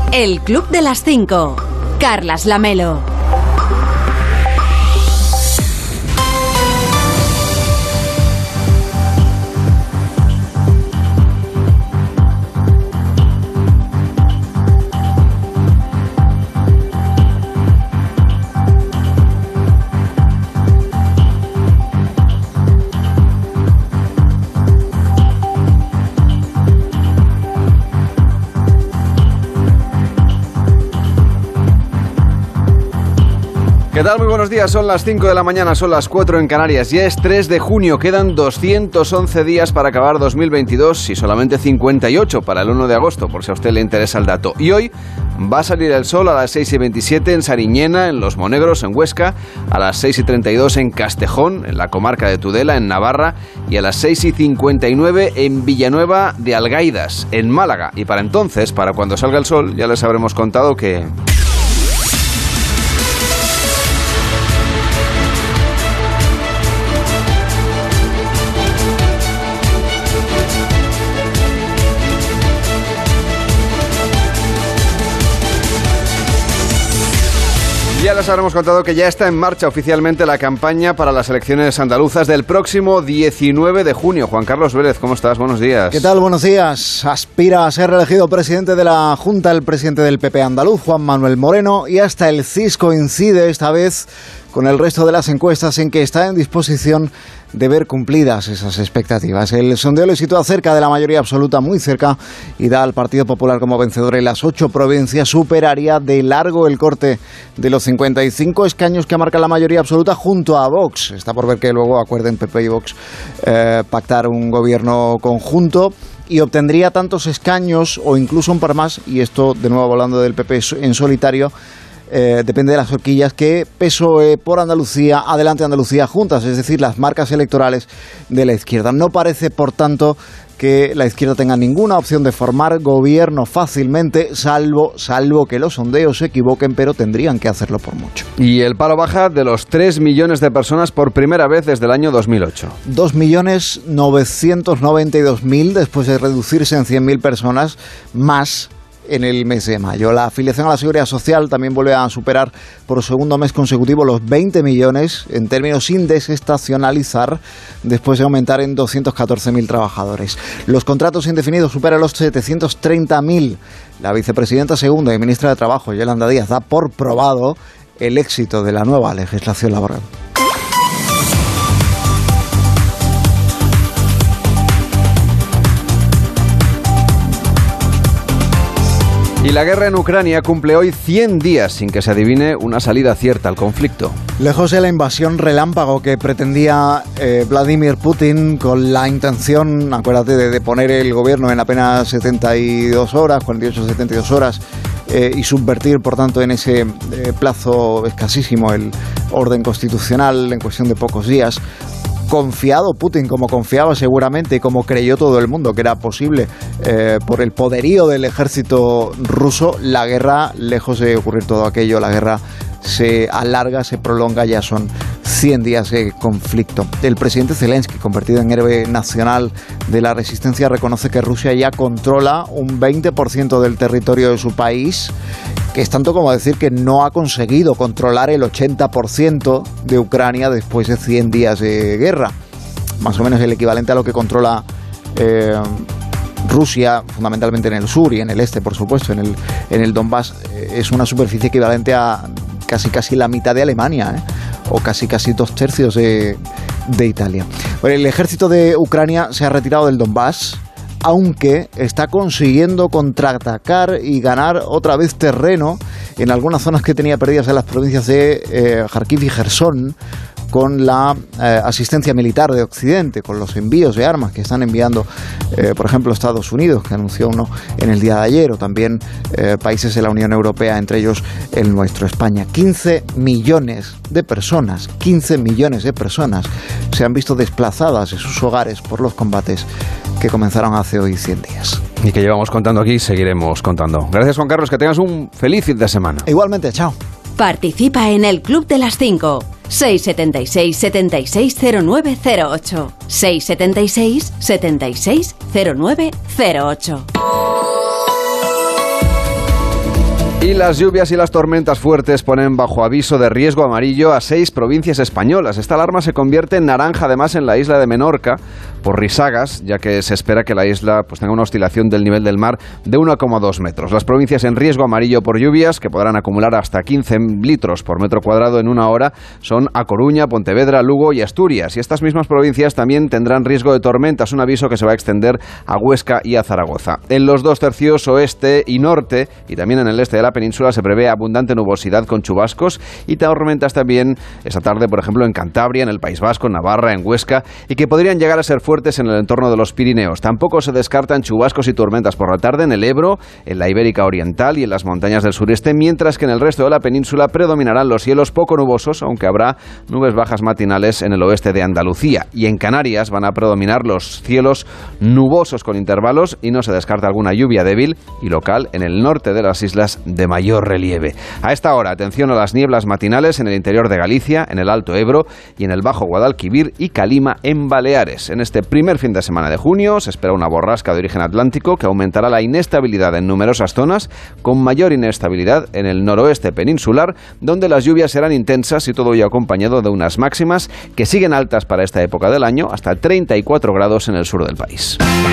El Club de las 5. Carlas Lamelo. ¿Qué tal? Muy buenos días, son las 5 de la mañana, son las 4 en Canarias. Ya es 3 de junio, quedan 211 días para acabar 2022 y solamente 58 para el 1 de agosto, por si a usted le interesa el dato. Y hoy va a salir el sol a las 6:27 en Sariñena, en Los Monegros, en Huesca, a las 6:32 en Castejón, en la comarca de Tudela, en Navarra, y a las 6:59 en Villanueva de Algaidas, en Málaga. Y para entonces, para cuando salga el sol, ya les habremos contado que... Ya les habremos contado que ya está en marcha oficialmente la campaña para las elecciones andaluzas del próximo 19 de junio. Juan Carlos Vélez, ¿cómo estás? Buenos días. ¿Qué tal? Buenos días. Aspira a ser reelegido presidente de la Junta el presidente del PP andaluz, Juan Manuel Moreno, y hasta el CIS coincide esta vez con el resto de las encuestas en que está en disposición de ver cumplidas esas expectativas. El sondeo le sitúa cerca de la mayoría absoluta, muy cerca, y da al Partido Popular como vencedor en las 8 provincias. Superaría de largo el corte de los 55 escaños que marca la mayoría absoluta junto a Vox. Está por ver que luego acuerden PP y Vox pactar un gobierno conjunto, y obtendría tantos escaños o incluso un par más, y esto de nuevo hablando del PP en solitario, depende de las horquillas, que PSOE por Andalucía, Adelante Andalucía juntas, es decir, las marcas electorales de la izquierda. No parece, por tanto, que la izquierda tenga ninguna opción de formar gobierno fácilmente, salvo que los sondeos se equivoquen, pero tendrían que hacerlo por mucho. Y el paro baja de los 3 millones de personas por primera vez desde el año 2008. 2.992.000 después de reducirse en 100.000 personas más en el mes de mayo. La afiliación a la Seguridad Social también vuelve a superar por segundo mes consecutivo los 20 millones en términos sin desestacionalizar, después de aumentar en 214.000 trabajadores. Los contratos indefinidos superan los 730.000. La vicepresidenta segunda y ministra de Trabajo, Yolanda Díaz, da por probado el éxito de la nueva legislación laboral. Y la guerra en Ucrania cumple hoy 100 días sin que se adivine una salida cierta al conflicto. Lejos de la invasión relámpago que pretendía Vladimir Putin con la intención, acuérdate, de poner el gobierno en apenas 72 horas, 48-72 horas, y subvertir, por tanto, en ese plazo escasísimo el orden constitucional en cuestión de pocos días. Confiado Putin, como confiaba seguramente y como creyó todo el mundo que era posible por el poderío del ejército ruso, la guerra, lejos de ocurrir todo aquello, la guerra se alarga, se prolonga, ya son 100 días de conflicto. El presidente Zelensky, convertido en héroe nacional de la resistencia, reconoce que Rusia ya controla un 20% del territorio de su país, que es tanto como decir que no ha conseguido controlar el 80% de Ucrania después de 100 días de guerra. Más o menos el equivalente a lo que controla Rusia, fundamentalmente en el sur y en el este, por supuesto, en el Donbass. Es una superficie equivalente a casi la mitad de Alemania, o casi 2/3 de Italia. Bueno, el ejército de Ucrania se ha retirado del Donbass, aunque está consiguiendo contraatacar y ganar otra vez terreno en algunas zonas que tenía perdidas en las provincias de Kharkiv y Jersón, con la asistencia militar de Occidente, con los envíos de armas que están enviando, por ejemplo, Estados Unidos, que anunció uno en el día de ayer, o también países de la Unión Europea, entre ellos el nuestro, España. 15 millones de personas se han visto desplazadas de sus hogares por los combates que comenzaron hace hoy 100 días. Y que llevamos contando aquí y seguiremos contando. Gracias, Juan Carlos, que tengas un feliz fin de semana. Igualmente, chao. Participa en el Club de las 5. 676 760908. 676 760908. Y las lluvias y las tormentas fuertes ponen bajo aviso de riesgo amarillo a 6 provincias españolas. Esta alarma se convierte en naranja además en la isla de Menorca por risagas, ya que se espera que la isla tenga una oscilación del nivel del mar de 1,2 metros. Las provincias en riesgo amarillo por lluvias, que podrán acumular hasta 15 litros por metro cuadrado en una hora, son A Coruña, Pontevedra, Lugo y Asturias. Y estas mismas provincias también tendrán riesgo de tormentas, un aviso que se va a extender a Huesca y a Zaragoza. En los 2 tercios oeste y norte, y también en el este de la península, se prevé abundante nubosidad con chubascos y tormentas también esta tarde, por ejemplo, en Cantabria, en el País Vasco, en Navarra, en Huesca, y que podrían llegar a ser fuertes en el entorno de los Pirineos. Tampoco se descartan chubascos y tormentas por la tarde en el Ebro, en la Ibérica Oriental y en las montañas del sureste, mientras que en el resto de la península predominarán los cielos poco nubosos, aunque habrá nubes bajas matinales en el oeste de Andalucía. Y en Canarias van a predominar los cielos nubosos con intervalos y no se descarta alguna lluvia débil y local en el norte de las islas de mayor relieve. A esta hora, atención a las nieblas matinales en el interior de Galicia, en el Alto Ebro y en el Bajo Guadalquivir y Calima en Baleares. En este primer fin de semana de junio se espera una borrasca de origen atlántico que aumentará la inestabilidad en numerosas zonas, con mayor inestabilidad en el noroeste peninsular, donde las lluvias serán intensas y todo ello acompañado de unas máximas que siguen altas para esta época del año, hasta 34 grados en el sur del país.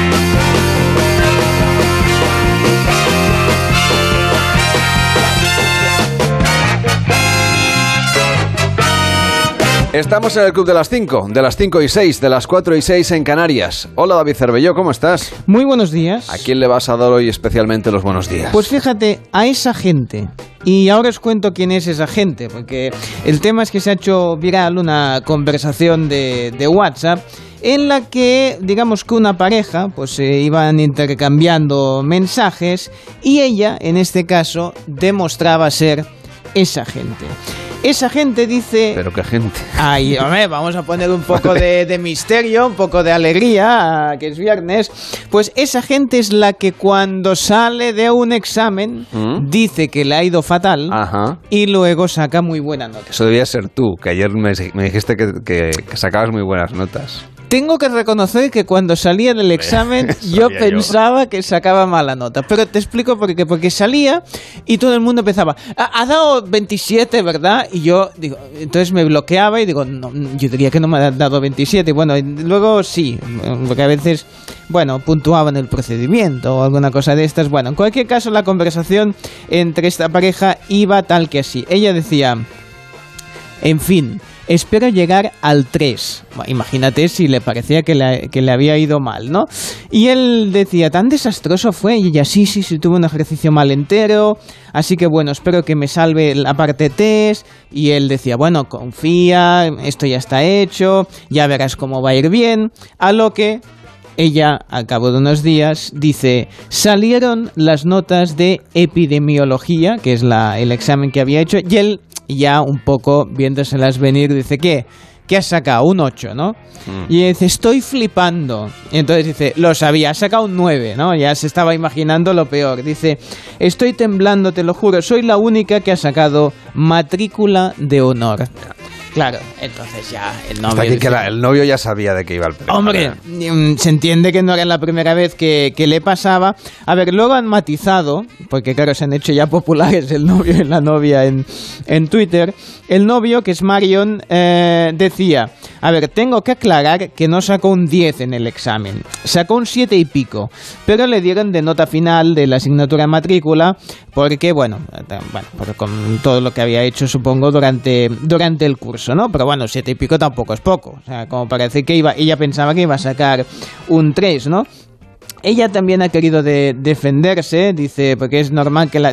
Estamos en el Club de las 5, de las 5 y 6, de las 4 y 6 en Canarias. Hola David Cervelló, ¿cómo estás? Muy buenos días. ¿A quién le vas a dar hoy especialmente los buenos días? Pues fíjate, a esa gente. Y ahora os cuento quién es esa gente, porque el tema es que se ha hecho viral una conversación de WhatsApp en la que, digamos que una pareja, pues se iban intercambiando mensajes y ella, en este caso, demostraba ser esa gente. Esa gente dice... ¿Pero qué gente? Ay, hombre, vamos a poner un poco de misterio, un poco de alegría, que es viernes. Pues esa gente es la que cuando sale de un examen dice que le ha ido fatal. Ajá. Y luego saca muy buena nota. Eso debía ser tú, que ayer me dijiste que sacabas muy buenas notas. Tengo que reconocer que cuando salía del examen yo pensaba que sacaba mala nota. Pero te explico por qué. Porque salía y todo el mundo empezaba, ha dado 27, ¿verdad? Y yo digo, entonces me bloqueaba y digo, no, yo diría que no me ha dado 27. Y bueno, y luego sí, porque a veces, bueno, puntuaban el procedimiento o alguna cosa de estas. Bueno, en cualquier caso, la conversación entre esta pareja iba tal que así. Ella decía, en fin, espero llegar al 3. Bueno, imagínate si le parecía que le había ido mal, ¿no? Y él decía, ¿tan desastroso fue? Y ella, sí, tuve un ejercicio mal entero, así que bueno, espero que me salve la parte test. Y él decía, bueno, confía, esto ya está hecho, ya verás cómo va a ir bien. A lo que ella, al cabo de unos días, dice, salieron las notas de epidemiología, que es el examen que había hecho, y él, ya un poco viéndoselas venir, dice, ¿qué has sacado? Un 8, ¿no? Y ella dice, estoy flipando. Y entonces dice, lo sabía, has sacado un 9, ¿no? Ya se estaba imaginando lo peor. Dice, estoy temblando, te lo juro, soy la única que ha sacado matrícula de honor. Claro, entonces ya el novio... Hasta que el novio ya sabía de qué iba el premio. Hombre, se entiende que no era la primera vez que le pasaba. A ver, luego han matizado, porque claro, se han hecho ya populares el novio y la novia en Twitter. El novio, que es Marion, decía, a ver, tengo que aclarar que no sacó un 10 en el examen, sacó un 7 y pico, pero le dieron de nota final de la asignatura matrícula, porque, bueno, porque con todo lo que había hecho, supongo, durante el curso, ¿no? Pero bueno, 7 y pico tampoco es poco. O sea, como para decir que ella pensaba que iba a sacar un 3, ¿no? Ella también ha querido defenderse, dice, porque es normal que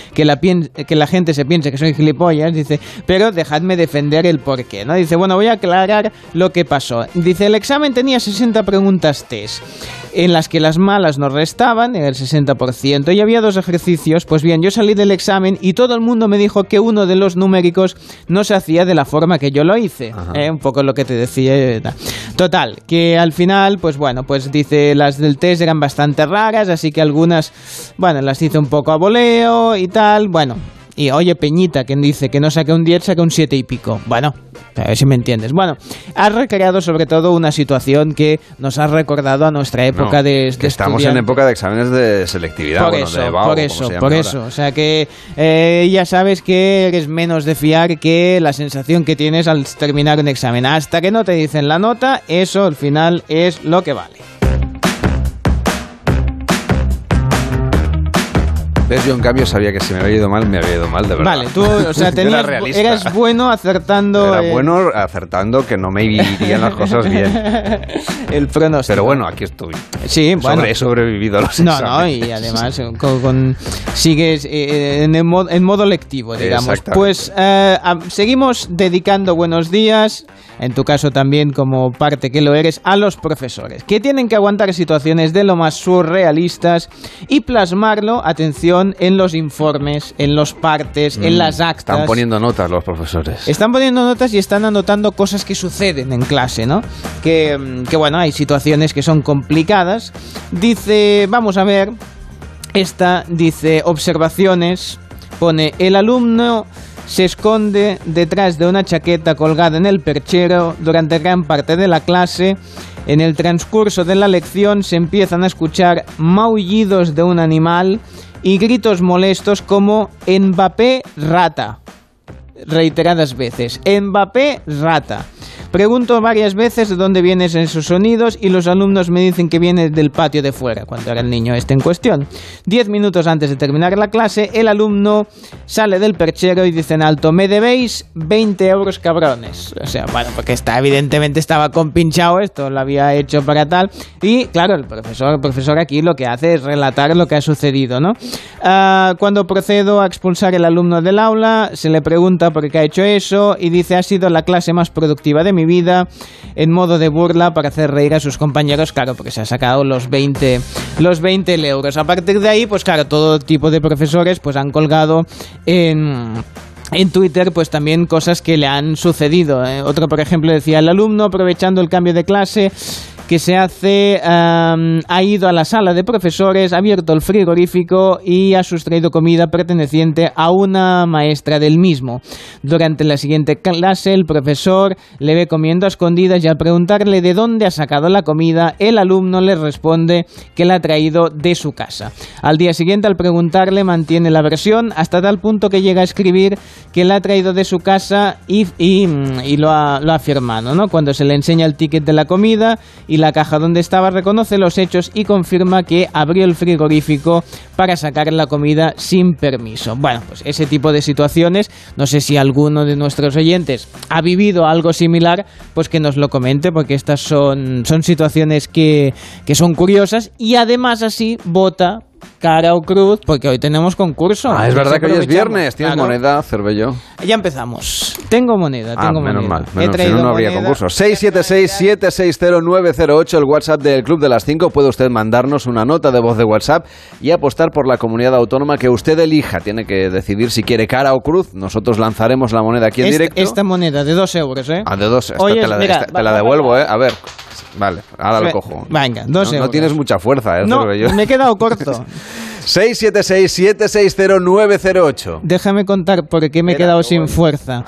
la gente se piense que soy gilipollas, dice, pero dejadme defender el porqué, ¿no? Dice, bueno, voy a aclarar lo que pasó. Dice, el examen tenía 60 preguntas test, en las que las malas nos restaban, en el 60%, y había 2 ejercicios. Pues bien, yo salí del examen y todo el mundo me dijo que uno de los numéricos no se hacía de la forma que yo lo hice. Un poco lo que te decía. Total, que al final, pues bueno, pues dice, las del test eran bastante raras, así que algunas, bueno, las hice un poco a voleo y tal, bueno. Y oye, Peñita, quien dice que no saque un 10, saque un 7 y pico. Bueno, a ver si me entiendes. Bueno, has recreado sobre todo una situación que nos ha recordado a nuestra época de estamos en época de exámenes de selectividad. Por eso. O sea que ya sabes que eres menos de fiar que la sensación que tienes al terminar un examen. Hasta que no te dicen la nota, eso al final es lo que vale. Yo en cambio sabía que si me había ido mal, de verdad. Vale, tú, o sea, eras bueno acertando... Era bueno acertando que no me irían las cosas bien. El pronóstico. Pero bueno, aquí estoy. Sí, bueno. He sobrevivido a los exámenes. No, y además sigues en modo lectivo, digamos. Pues seguimos dedicando buenos días, en tu caso también como parte que lo eres, a los profesores, que tienen que aguantar situaciones de lo más surrealistas y plasmarlo, atención, en los informes, en los partes, en las actas. Están poniendo notas los profesores. Están poniendo notas y están anotando cosas que suceden en clase, ¿no? Que bueno, hay situaciones que son complicadas. Dice, vamos a ver, dice observaciones, pone, el alumno se esconde detrás de una chaqueta colgada en el perchero durante gran parte de la clase. En el transcurso de la lección se empiezan a escuchar maullidos de un animal y gritos molestos como Mbappé rata, reiteradas veces. Mbappé rata. Pregunto varias veces de dónde vienen esos sonidos y los alumnos me dicen que viene del patio de fuera, cuando era el niño en cuestión. 10 minutos antes de terminar la clase, el alumno sale del perchero y dice en alto, me debéis 20 euros, cabrones. O sea, bueno, porque evidentemente estaba compinchado, esto lo había hecho para tal. Y claro, el profesor aquí lo que hace es relatar lo que ha sucedido, ¿no? Cuando procedo a expulsar al alumno del aula, se le pregunta por qué ha hecho eso y dice, ha sido la clase más productiva de mi vida, en modo de burla para hacer reír a sus compañeros, claro, porque se ha sacado los 20 euros. A partir de ahí, pues claro, todo tipo de profesores pues han colgado en Twitter pues también cosas que le han sucedido. Otro, por ejemplo, decía, el alumno aprovechando el cambio de clase que se hace, ha ido a la sala de profesores, ha abierto el frigorífico y ha sustraído comida perteneciente a una maestra del mismo. Durante la siguiente clase, el profesor le ve comiendo a escondidas y al preguntarle de dónde ha sacado la comida, el alumno le responde que la ha traído de su casa. Al día siguiente, al preguntarle, mantiene la versión hasta tal punto que llega a escribir que la ha traído de su casa y lo ha afirmado, ¿no? Cuando se le enseña el ticket de la comida y la caja donde estaba, reconoce los hechos y confirma que abrió el frigorífico para sacar la comida sin permiso. Bueno, pues ese tipo de situaciones, no sé si alguno de nuestros oyentes ha vivido algo similar, pues que nos lo comente, porque estas son situaciones que son curiosas y además así vota cara o cruz, porque hoy tenemos concurso. Es verdad que hoy es viernes. ¿Tienes moneda, Cervello? Ya empezamos. Tengo moneda, menos mal. Si no habría concurso. 676-760-908, el WhatsApp del Club de las 5. Puede usted mandarnos una nota de voz de WhatsApp y apostar por la comunidad autónoma que usted elija. Tiene que decidir si quiere cara o cruz. Nosotros lanzaremos la moneda aquí en directo. Esta moneda de 2 euros, ¿eh? De 2. Te la devuelvo, ¿eh? A ver. Vale, ahora lo cojo. Venga, 2 euros. No tienes mucha fuerza, ¿eh? No, me he quedado corto. 676-760-908. Déjame contar por qué me he quedado sin fuerza.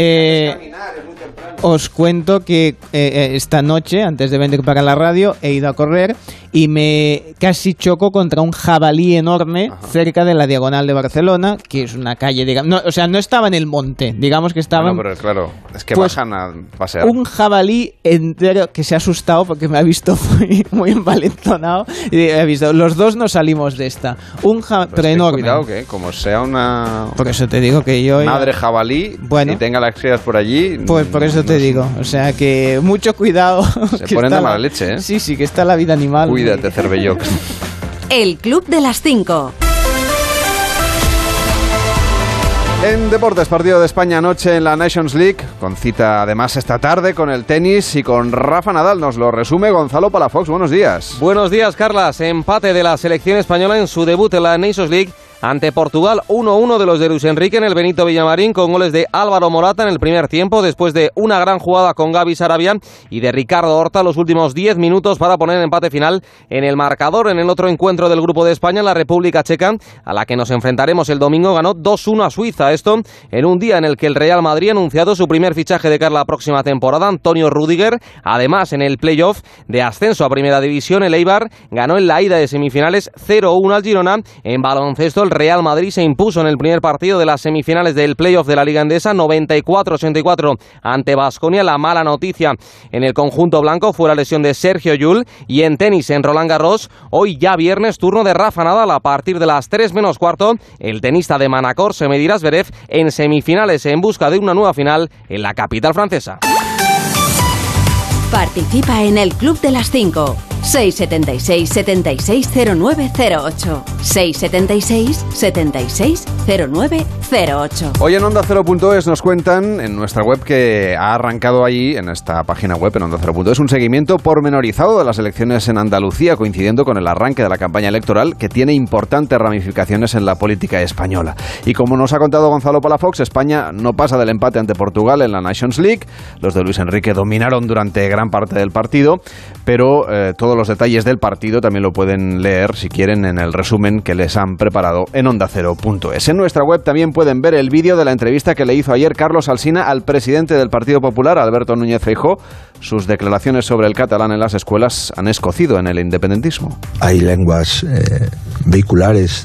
Os cuento que esta noche, antes de venir para la radio, he ido a correr y me casi choco contra un jabalí enorme cerca de la Diagonal de Barcelona, que es una calle, digamos, no estaba en el monte, digamos que estaba... Bueno, pero claro, es que pues, bajan a pasear. Un jabalí entero que se ha asustado porque me ha visto muy envalentonado y he visto, los dos nos salimos de esta. Pero enorme. Cuidado que como sea una... Por eso te digo que yo... Madre jabalí, y tenga las crías por allí... Pues por eso te digo, o sea que mucho cuidado. Se ponen de mala leche, ¿eh? Sí, que está la vida animal. Cuídate, Cervello. El Club de las 5. En deportes, partido de España anoche en la Nations League, con cita además esta tarde con el tenis y con Rafa Nadal. Nos lo resume Gonzalo Palafox. Buenos días. Buenos días, Carlas. Empate de la selección española en su debut en la Nations League ante Portugal. 1-1 de los de Luis Enrique en el Benito Villamarín, con goles de Álvaro Morata en el primer tiempo, después de una gran jugada con Gavi Sarabia y de Ricardo Horta los últimos 10 minutos para poner empate final en el marcador. En el otro encuentro del Grupo de España, la República Checa, a la que nos enfrentaremos el domingo, ganó 2-1 a Suiza. Esto en un día en el que el Real Madrid ha anunciado su primer fichaje de cara a la próxima temporada, Antonio Rüdiger. Además, en el playoff de ascenso a Primera División, el Eibar ganó en la ida de semifinales 0-1 al Girona. En baloncesto, el Real Madrid se impuso en el primer partido de las semifinales del playoff de la Liga Endesa, 94-84 ante Baskonia. La mala noticia en el conjunto blanco fue la lesión de Sergio Llull. Y en tenis, en Roland Garros, hoy ya viernes, turno de Rafa Nadal a partir de las 3 menos cuarto. El tenista de Manacor se medirá a Zverev en semifinales en busca de una nueva final en la capital francesa. Participa en el Club de las 5. 676-760908. 676-760908. Hoy en Onda Cero.es nos cuentan en nuestra web que ha arrancado allí, en esta página web, en Onda Cero.es, un seguimiento pormenorizado de las elecciones en Andalucía, coincidiendo con el arranque de la campaña electoral, que tiene importantes ramificaciones en la política española. Y como nos ha contado Gonzalo Palafox, España no pasa del empate ante Portugal en la Nations League. Los de Luis Enrique dominaron durante gran parte del partido, pero todos los detalles del partido también lo pueden leer, si quieren, en el resumen que les han preparado en OndaCero.es. En nuestra web también pueden ver el vídeo de la entrevista que le hizo ayer Carlos Alsina al presidente del Partido Popular, Alberto Núñez Feijóo. Sus declaraciones sobre el catalán en las escuelas han escocido en el independentismo. Hay lenguas vehiculares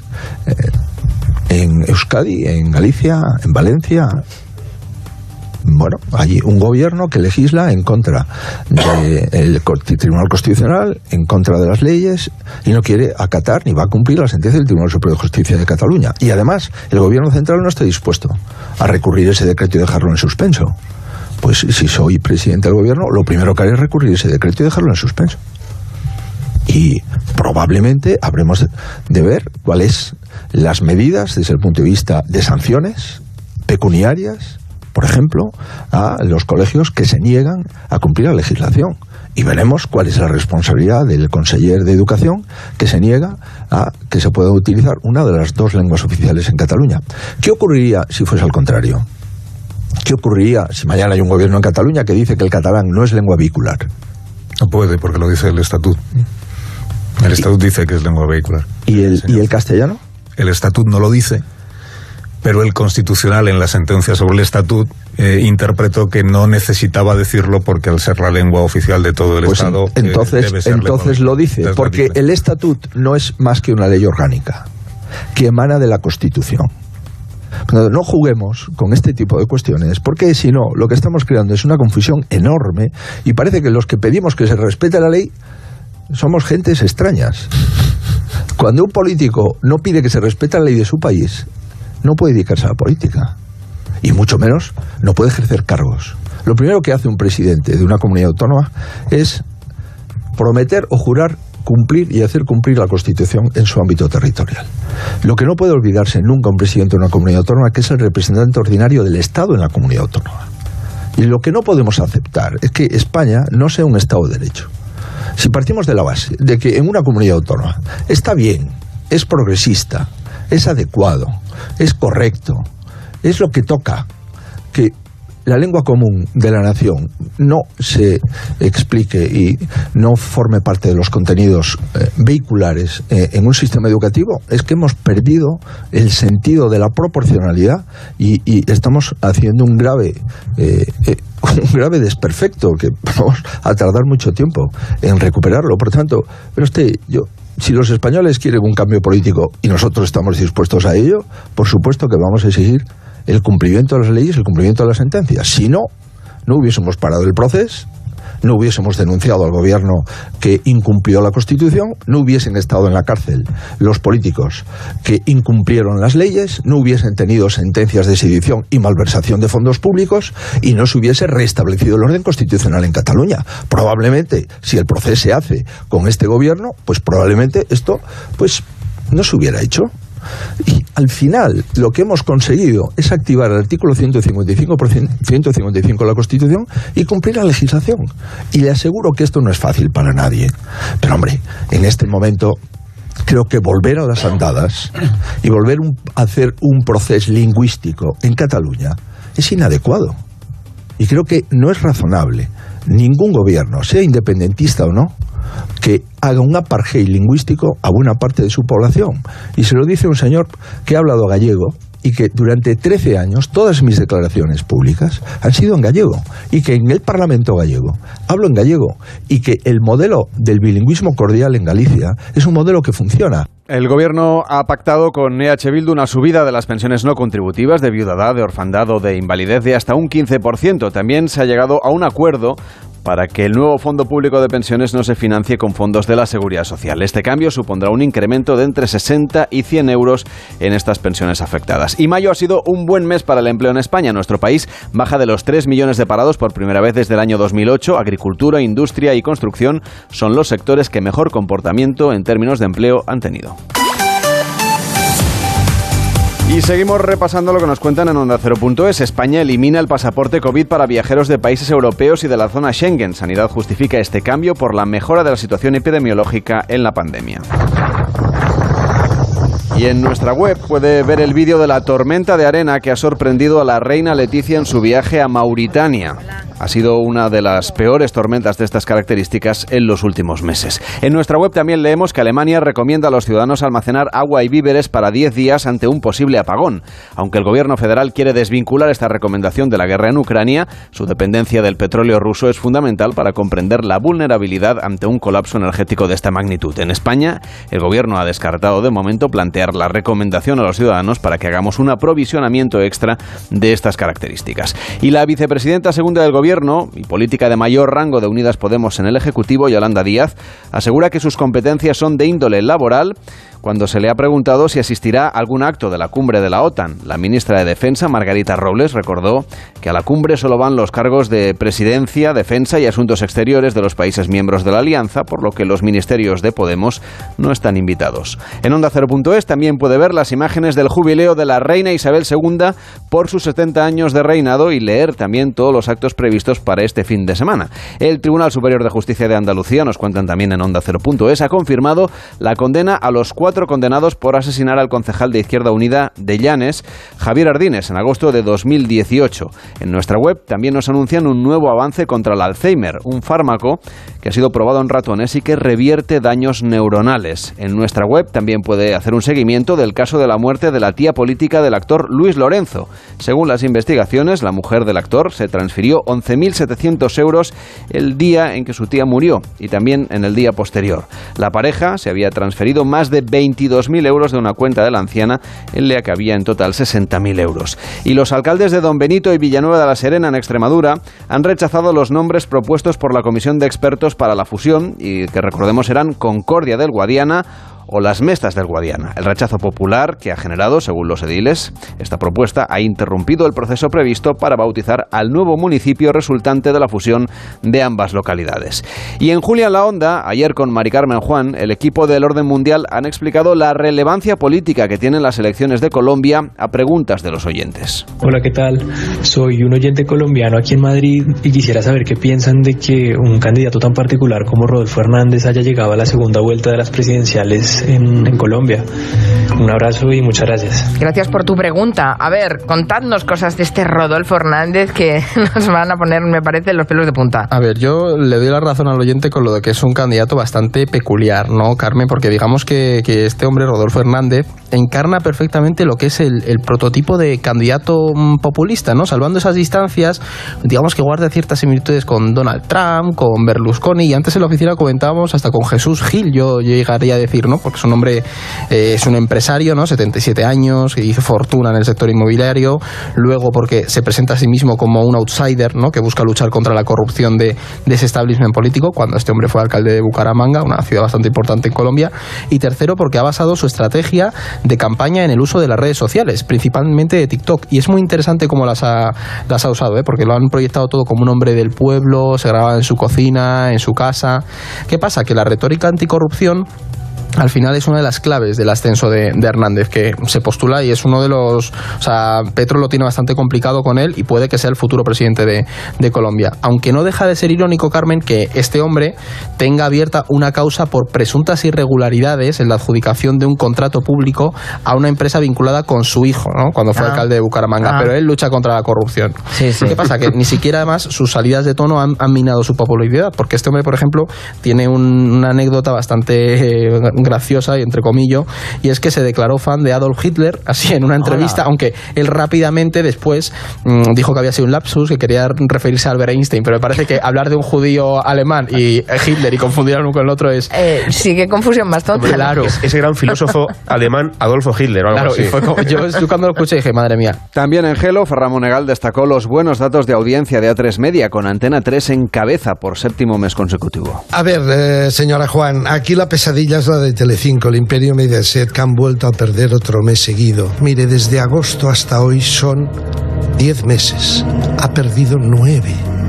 en Euskadi, en Galicia, en Valencia. Bueno, hay un gobierno que legisla en contra del Tribunal Constitucional, en contra de las leyes, y no quiere acatar ni va a cumplir la sentencia del Tribunal Superior de Justicia de Cataluña. Y además, el gobierno central no está dispuesto a recurrir ese decreto y dejarlo en suspenso. Pues si soy presidente del gobierno, lo primero que haré es recurrir ese decreto y dejarlo en suspenso. Y probablemente habremos de ver cuáles las medidas desde el punto de vista de sanciones pecuniarias, por ejemplo, a los colegios que se niegan a cumplir la legislación. Y veremos cuál es la responsabilidad del conseller de Educación que se niega a que se pueda utilizar una de las dos lenguas oficiales en Cataluña. ¿Qué ocurriría si fuese al contrario? ¿Qué ocurriría si mañana hay un gobierno en Cataluña que dice que el catalán no es lengua vehicular? No puede, porque lo dice el Estatut. El Estatut dice que es lengua vehicular. ¿Y el castellano? El Estatut no lo dice, pero el Constitucional en la sentencia sobre el Estatut interpretó que no necesitaba decirlo porque al ser la lengua oficial de todo el Estado entonces lo dice, porque el Estatut no es más que una ley orgánica que emana de la Constitución. No juguemos con este tipo de cuestiones, porque si no, lo que estamos creando es una confusión enorme y parece que los que pedimos que se respete la ley somos gentes extrañas. Cuando un político no pide que se respete la ley de su país, no puede dedicarse a la política, y mucho menos no puede ejercer cargos. Lo primero que hace un presidente de una comunidad autónoma es prometer o jurar cumplir y hacer cumplir la Constitución en su ámbito territorial. Lo que no puede olvidarse nunca un presidente de una comunidad autónoma, que es el representante ordinario del Estado en la comunidad autónoma. Y lo que no podemos aceptar es que España no sea un Estado de Derecho. Si partimos de la base de que en una comunidad autónoma está bien, es progresista, es adecuado, es correcto, es lo que toca, que la lengua común de la nación no se explique y no forme parte de los contenidos vehiculares en un sistema educativo, es que hemos perdido el sentido de la proporcionalidad y estamos haciendo un grave desperfecto que vamos a tardar mucho tiempo en recuperarlo. Por tanto, si los españoles quieren un cambio político y nosotros estamos dispuestos a ello, por supuesto que vamos a exigir el cumplimiento de las leyes, el cumplimiento de las sentencias. Si no, no hubiésemos parado el proceso, no hubiésemos denunciado al gobierno que incumplió la Constitución, no hubiesen estado en la cárcel los políticos que incumplieron las leyes, no hubiesen tenido sentencias de sedición y malversación de fondos públicos y no se hubiese restablecido el orden constitucional en Cataluña. Probablemente, si el proceso se hace con este gobierno, pues probablemente esto no se hubiera hecho. Y al final lo que hemos conseguido es activar el artículo 155 de la Constitución y cumplir la legislación. Y le aseguro que esto no es fácil para nadie. Pero hombre, en este momento Creo que volver a las andadas y volver a hacer un proceso lingüístico en Cataluña es inadecuado. Y creo que no es razonable ningún gobierno, sea independentista o no, que haga un apartheid lingüístico a buena parte de su población. Y se lo dice un señor que ha hablado gallego y que durante 13 años todas mis declaraciones públicas han sido en gallego, y que en el Parlamento gallego hablo en gallego, y que el modelo del bilingüismo cordial en Galicia es un modelo que funciona. El Gobierno ha pactado con EH Bildu una subida de las pensiones no contributivas de viudedad, de orfandad o de invalidez de hasta un 15%. También se ha llegado a un acuerdo para que el nuevo Fondo Público de Pensiones no se financie con fondos de la Seguridad Social. Este cambio supondrá un incremento de entre 60 y 100 euros en estas pensiones afectadas. Y mayo ha sido un buen mes para el empleo en España. Nuestro país baja de los 3 millones de parados por primera vez desde el año 2008. Agricultura, industria y construcción son los sectores que mejor comportamiento en términos de empleo han tenido. Y seguimos repasando lo que nos cuentan en OndaCero.es. España elimina el pasaporte COVID para viajeros de países europeos y de la zona Schengen. Sanidad justifica este cambio por la mejora de la situación epidemiológica en la pandemia. Y en nuestra web puede ver el vídeo de la tormenta de arena que ha sorprendido a la reina Leticia en su viaje a Mauritania. Ha sido una de las peores tormentas de estas características en los últimos meses. En nuestra web también leemos que Alemania recomienda a los ciudadanos almacenar agua y víveres para 10 días ante un posible apagón. Aunque el gobierno federal quiere desvincular esta recomendación de la guerra en Ucrania, su dependencia del petróleo ruso es fundamental para comprender la vulnerabilidad ante un colapso energético de esta magnitud. En España, el gobierno ha descartado de momento plantear la recomendación a los ciudadanos para que hagamos un aprovisionamiento extra de estas características. Y la vicepresidenta segunda del gobierno y política de mayor rango de Unidas Podemos en el Ejecutivo, Yolanda Díaz, asegura que sus competencias son de índole laboral cuando se le ha preguntado si asistirá a algún acto de la cumbre de la OTAN. La ministra de Defensa, Margarita Robles, recordó que a la cumbre solo van los cargos de Presidencia, Defensa y Asuntos Exteriores de los países miembros de la Alianza, por lo que los ministerios de Podemos no están invitados. En OndaCero.es también puede ver las imágenes del jubileo de la reina Isabel II por sus 70 años de reinado y leer también todos los actos previstos para este fin de semana. El Tribunal Superior de Justicia de Andalucía, nos cuentan también en OndaCero.es, ha confirmado la condena a los 4 condenados por asesinar al concejal de Izquierda Unida de Llanes, Javier Ardines, en agosto de 2018. En nuestra web también nos anuncian un nuevo avance contra el Alzheimer, un fármaco que ha sido probado en ratones y que revierte daños neuronales. En nuestra web también puede hacer un seguimiento del caso de la muerte de la tía política del actor Luis Lorenzo. Según las investigaciones, la mujer del actor se transfirió 11.700 euros el día en que su tía murió y también en el día posterior. La pareja se había transferido más de 22.000 euros de una cuenta de la anciana en la que había en total 60.000 euros. Y los alcaldes de Don Benito y Villanueva de la Serena, en Extremadura, han rechazado los nombres propuestos por la Comisión de Expertos para la Fusión y que, recordemos, eran Concordia del Guadiana o Las Mestas del Guadiana. El rechazo popular que ha generado, según los ediles, esta propuesta ha interrumpido el proceso previsto para bautizar al nuevo municipio resultante de la fusión de ambas localidades. Y en Julia en la Onda, ayer con Mari Carmen Juan, el equipo del Orden Mundial han explicado la relevancia política que tienen las elecciones de Colombia a preguntas de los oyentes. Hola, ¿qué tal? Soy un oyente colombiano aquí en Madrid y quisiera saber qué piensan de que un candidato tan particular como Rodolfo Hernández haya llegado a la segunda vuelta de las presidenciales en Colombia. Un abrazo y muchas gracias. Gracias por tu pregunta. A ver, contadnos cosas de este Rodolfo Hernández que nos van a poner, me parece, los pelos de punta. A ver, yo le doy la razón al oyente con lo de que es un candidato bastante peculiar, ¿no, Carmen? Porque digamos que este hombre, Rodolfo Hernández, encarna perfectamente lo que es el prototipo de candidato populista, ¿no? Salvando esas distancias, digamos que guarda ciertas similitudes con Donald Trump, con Berlusconi, y antes en la oficina comentábamos hasta con Jesús Gil, yo llegaría a decir, ¿no? Porque su nombre es un empresario, ¿no? 77 años, que hizo fortuna en el sector inmobiliario, luego porque se presenta a sí mismo como un outsider, ¿no? Que busca luchar contra la corrupción de ese establishment político, cuando este hombre fue alcalde de Bucaramanga, una ciudad bastante importante en Colombia, y tercero porque ha basado su estrategia de campaña en el uso de las redes sociales, principalmente de TikTok, y es muy interesante cómo las ha usado, porque lo han proyectado todo como un hombre del pueblo, se grababa en su cocina, en su casa. ¿Qué pasa? Que la retórica anticorrupción al final es una de las claves del ascenso de Hernández, que se postula y es uno de los... O sea, Petro lo tiene bastante complicado con él y puede que sea el futuro presidente de Colombia. Aunque no deja de ser irónico, Carmen, que este hombre tenga abierta una causa por presuntas irregularidades en la adjudicación de un contrato público a una empresa vinculada con su hijo, ¿no? Cuando fue alcalde de Bucaramanga. Pero él lucha contra la corrupción. Sí. ¿Qué pasa? Que ni siquiera además sus salidas de tono han minado su popularidad, porque este hombre, por ejemplo, tiene una anécdota bastante graciosa y entre comillas, y es que se declaró fan de Adolf Hitler, así en una entrevista, aunque él rápidamente después dijo que había sido un lapsus, que quería referirse a Albert Einstein, pero me parece que hablar de un judío alemán y Hitler y confundir uno con el otro es... sí, qué confusión más tonta. Claro. Ese gran filósofo alemán, Adolfo Hitler, o algo claro, así. Y fue como, yo cuando lo escuché dije, madre mía. También en Gelo, Ferran Monegal destacó los buenos datos de audiencia de A3 Media, con Antena 3 en cabeza por 7º mes consecutivo. A ver, señora Juan, aquí la pesadilla es la de Telecinco, el Imperio Mediaset, que han vuelto a perder otro mes seguido. Mire, desde agosto hasta hoy son 10 meses. Ha perdido 9.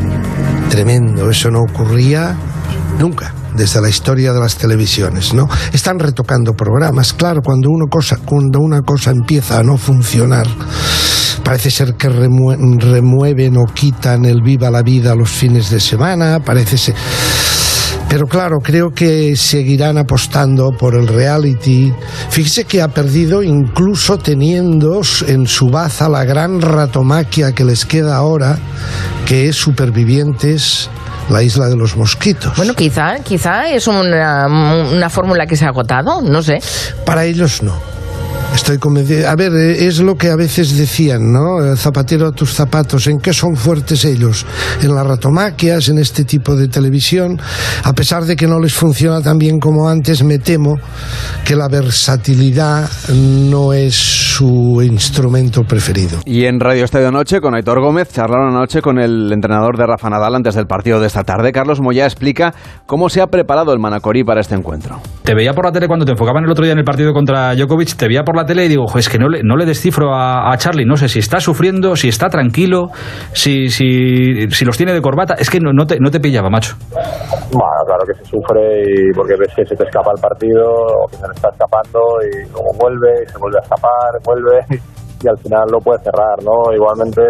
Tremendo, eso no ocurría nunca desde la historia de las televisiones, ¿no? Están retocando programas, claro, cuando una cosa empieza a no funcionar, parece ser que remueven o quitan el Viva la Vida los fines de semana, parece ser... Pero claro, creo que seguirán apostando por el reality. Fíjese que ha perdido incluso teniendo en su baza la gran ratomaquia que les queda ahora, que es Supervivientes, la isla de los mosquitos. Bueno, quizá es una fórmula que se ha agotado, no sé. Para ellos no. Estoy convencido. A ver, es lo que a veces decían, ¿no? Zapatero a tus zapatos. ¿En qué son fuertes ellos? En las ratomaquias, en este tipo de televisión. A pesar de que no les funciona tan bien como antes, me temo que la versatilidad no es su instrumento preferido. Y en Radio Estadio Noche, con Aitor Gómez, charlaron anoche con el entrenador de Rafa Nadal antes del partido de esta tarde. Carlos Moyá explica cómo se ha preparado el Manacorí para este encuentro. Te veía por la tele cuando te enfocaban el otro día en el partido contra Djokovic, te veía por la tele y digo, es que no le descifro a Charlie, no sé si está sufriendo, si está tranquilo, si los tiene de corbata, es que no te pillaba, macho. Bueno, claro que se sufre y porque ves que se te escapa el partido o que se le está escapando y luego vuelve y se vuelve a escapar, vuelve y al final lo puede cerrar, ¿no? Igualmente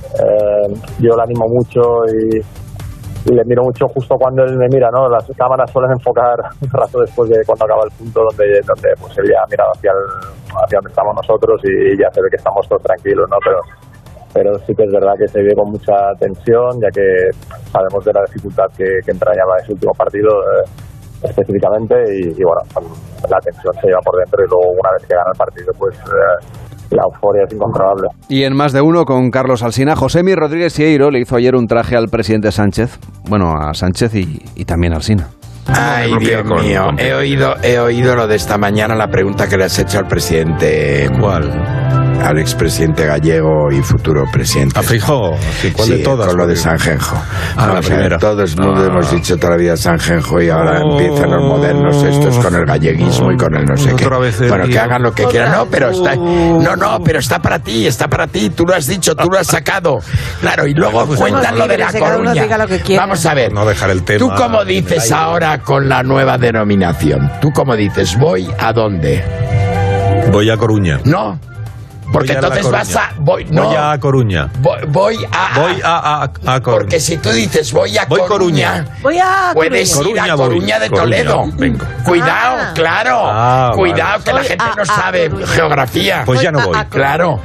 yo le animo mucho y le miro mucho justo cuando él me mira, ¿no? Las cámaras suelen enfocar un rato después de cuando acaba el punto donde pues él ya ha mirado hacia donde estamos nosotros y ya se ve que estamos todos tranquilos, ¿no? Pero sí que es verdad que se ve con mucha tensión, ya que sabemos de la dificultad que entrañaba ese último partido específicamente y bueno, la tensión se lleva por dentro y luego una vez que gana el partido pues la euforia es incontrolable. Y en Más de Uno con Carlos Alsina, Josemi Rodríguez Sieiro le hizo ayer un traje al presidente Sánchez, bueno, a Sánchez y también a Alsina. Ay, Dios mío, he oído lo de esta mañana, la pregunta que le has hecho al presidente. ¿Cuál? Al expresidente gallego y futuro presidente. ¿A Feijóo? ¿Cuál de todas? Con lo de Sanjenjo. La primera. Todo el mundo hemos dicho toda la vida Sanjenjo y ahora empiezan los modernos estos con el galleguismo y con el no sé qué. Bueno, que hagan lo que quieran. No, pero está para ti, tú lo has dicho, tú lo has sacado. Claro, y luego cuentan lo de La Coruña. Vamos a ver. No dejar el tema. ¿Tú cómo dices ahora con la nueva denominación? ¿Tú cómo dices? ¿Voy a dónde? Voy a Coruña. No. Porque entonces vas a... Voy a Coruña. Voy a Coruña. Porque si tú dices voy a Coruña, puedes ir a Coruña de Toledo. Vengo. Cuidado, claro. Cuidado, que la gente no sabe geografía. Pues ya no voy. Claro.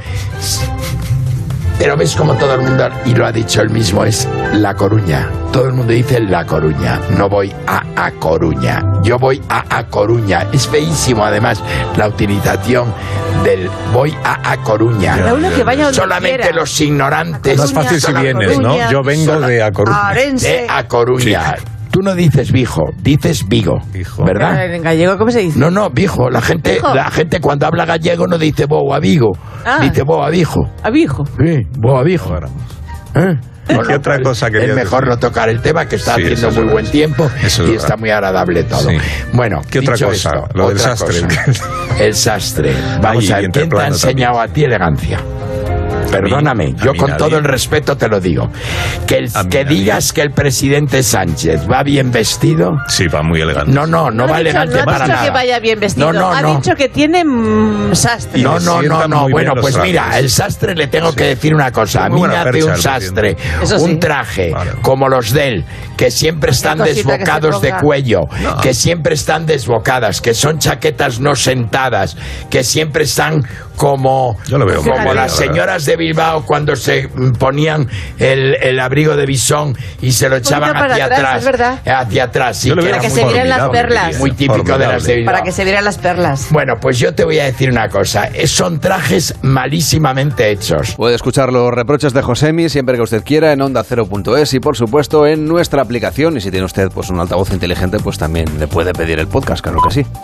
Pero ves como todo el mundo, y lo ha dicho él mismo, es La Coruña. Todo el mundo dice La Coruña. No voy a Coruña. Yo voy a Coruña. Es feísimo, además, la utilización del voy a Coruña. Cada uno que vaya donde solamente quiera. Los ignorantes. Más fácil si vienes, ¿no? Yo vengo de A Coruña. De A Coruña. Sí. Tú no dices Vigo, dices Vigo, ¿verdad? ¿En gallego cómo se dice? No, Vigo. La gente cuando habla gallego no dice bo a Vigo, dice bo a Vigo. ¿A Vigo? Sí, bo a Vigo. ¿Qué otra cosa quería es mejor no tocar el tema, que está haciendo muy buen tiempo y está muy agradable todo. Sí. Bueno, ¿qué otra cosa? Lo del sastre. El sastre. Vamos a ver, ¿quién te ha enseñado a ti elegancia? perdóname, yo con todo el respeto te lo digo. Que digas que el presidente Sánchez va bien vestido. Sí, va muy elegante. No va elegante para nada. No ha dicho que vaya bien vestido, ha dicho que tiene sastre. No, bueno, pues mira, el sastre le tengo que decir una cosa. A mí me hace un sastre, un traje, como los de él, que siempre están desbocados de cuello, que siempre están desbocadas, que son chaquetas no sentadas, que siempre están como las señoras de Bilbao cuando se ponían el abrigo de bisón y se lo echaban hacia atrás. Hacia atrás, sí, para que se vieran las perlas. Muy típico de las de Bilbao. Para que se vieran las perlas. Bueno, pues yo te voy a decir una cosa. Son trajes malísimamente hechos. Puede escuchar los reproches de Josemi siempre que usted quiera en OndaCero.es y, por supuesto, en nuestra aplicación. Y si tiene usted pues un altavoz inteligente, pues también le puede pedir el podcast, claro que sí.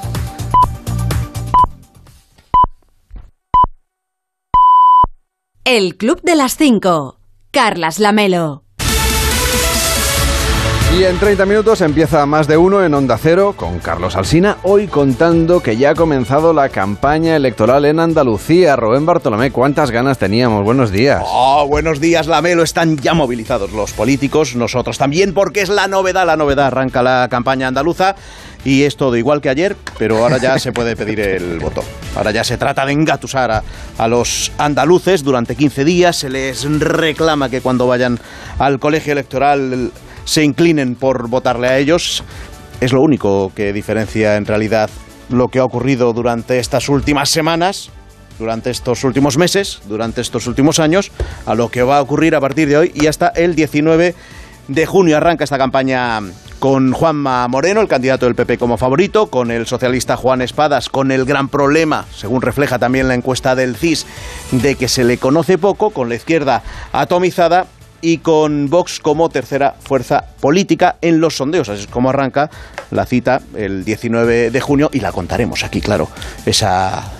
El Club de las 5. Carlas Lamelo. Y en 30 minutos empieza Más de Uno en Onda Cero con Carlos Alsina, hoy contando que ya ha comenzado la campaña electoral en Andalucía. Rubén Bartolomé, ¿cuántas ganas teníamos? Buenos días. Buenos días, Lamelo. Están ya movilizados los políticos, nosotros también, porque es la novedad. Arranca la campaña andaluza y es todo igual que ayer, pero ahora ya se puede pedir el voto. Ahora ya se trata de engatusar a los andaluces durante 15 días. Se les reclama que cuando vayan al colegio electoral se inclinen por votarle a ellos. Es lo único que diferencia en realidad lo que ha ocurrido durante estas últimas semanas, durante estos últimos meses, durante estos últimos años, a lo que va a ocurrir a partir de hoy y hasta el 19 de junio. Arranca esta campaña con Juanma Moreno, el candidato del PP, como favorito, con el socialista Juan Espadas, con el gran problema, según refleja también la encuesta del CIS, de que se le conoce poco, con la izquierda atomizada y con Vox como tercera fuerza política en los sondeos. Así es como arranca la cita el 19 de junio y la contaremos aquí, claro, esa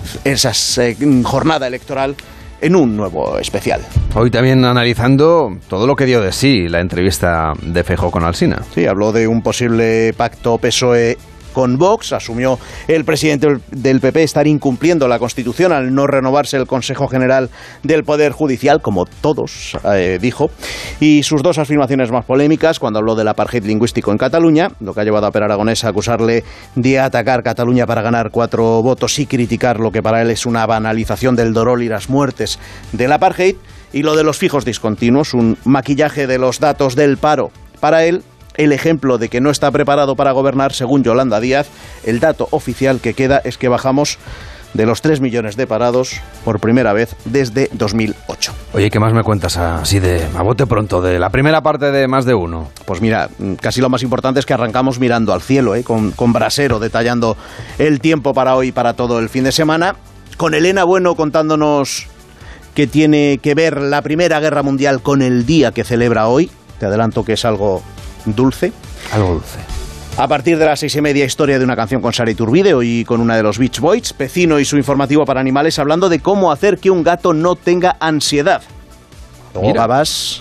jornada electoral en un nuevo especial. Hoy también analizando todo lo que dio de sí la entrevista de Feijóo con Alsina. Sí, habló de un posible pacto PSOE con Vox. Asumió el presidente del PP estar incumpliendo la Constitución al no renovarse el Consejo General del Poder Judicial, como todos, dijo. Y sus dos afirmaciones más polémicas, cuando habló del apartheid lingüístico en Cataluña, lo que ha llevado a Pere Aragonés a acusarle de atacar Cataluña para ganar 4 votos y criticar lo que para él es una banalización del dolor y las muertes del apartheid. Y lo de los fijos discontinuos, un maquillaje de los datos del paro. Para él, el ejemplo de que no está preparado para gobernar, según Yolanda Díaz, el dato oficial que queda es que bajamos de los 3 millones de parados por primera vez desde 2008. Oye, ¿qué más me cuentas así a bote pronto de la primera parte de Más de Uno? Pues mira, casi lo más importante es que arrancamos mirando al cielo, con brasero, detallando el tiempo para hoy y para todo el fin de semana, con Elena Bueno contándonos que tiene que ver la Primera Guerra Mundial con el día que celebra hoy. Te adelanto que es algo dulce. Algo dulce. A partir de las 6:30, historia de una canción con Sara Iturbide, hoy con una de los Beach Boys, Pecino y su informativo para animales, hablando de cómo hacer que un gato no tenga ansiedad. Luego Gabás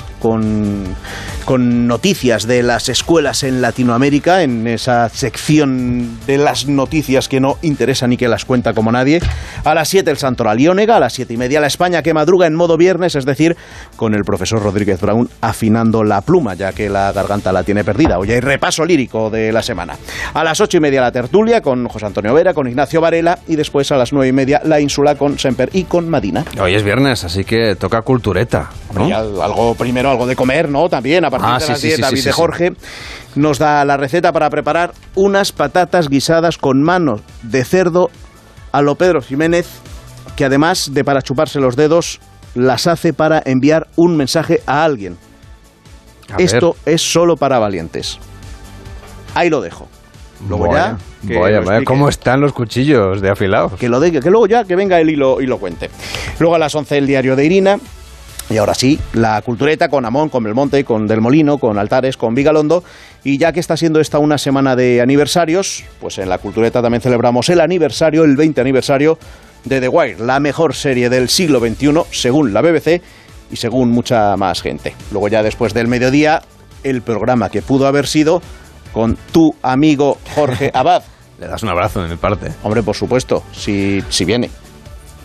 con noticias de las escuelas en Latinoamérica, en esa sección de las noticias que no interesan y que las cuenta como nadie. A las 7 el Santoral y Onega, a las 7:30 la España que madruga en modo viernes, es decir, con el profesor Rodríguez Brown afinando la pluma, ya que la garganta la tiene perdida. Hoy hay repaso lírico de la semana. A las 8:30 la tertulia con José Antonio Vera, con Ignacio Varela, y después a las 9:30 la ínsula con Semper y con Madina. Hoy es viernes, así que toca cultureta, ¿no? Y algo de comer, ¿no? También, a partir de las 10, David de Jorge nos da la receta para preparar unas patatas guisadas con manos de cerdo a lo Pedro Jiménez, que además de para chuparse los dedos, las hace para enviar un mensaje a alguien. Esto es solo para valientes. Ahí lo dejo. Luego vaya, ¿cómo están los cuchillos de afilados? Que luego ya que venga él y lo cuente. Luego a las 11 el diario de Irina. Y ahora sí, la cultureta con Amón, con Belmonte, con Del Molino, con Altares, con Vigalondo. Y ya que está siendo esta una semana de aniversarios, pues en la cultureta también celebramos el 20 aniversario de The Wire, la mejor serie del siglo XXI, según la BBC y según mucha más gente. Luego ya después del mediodía, el programa que pudo haber sido con tu amigo Jorge Abad. Le das un abrazo de mi parte. Hombre, por supuesto, si viene.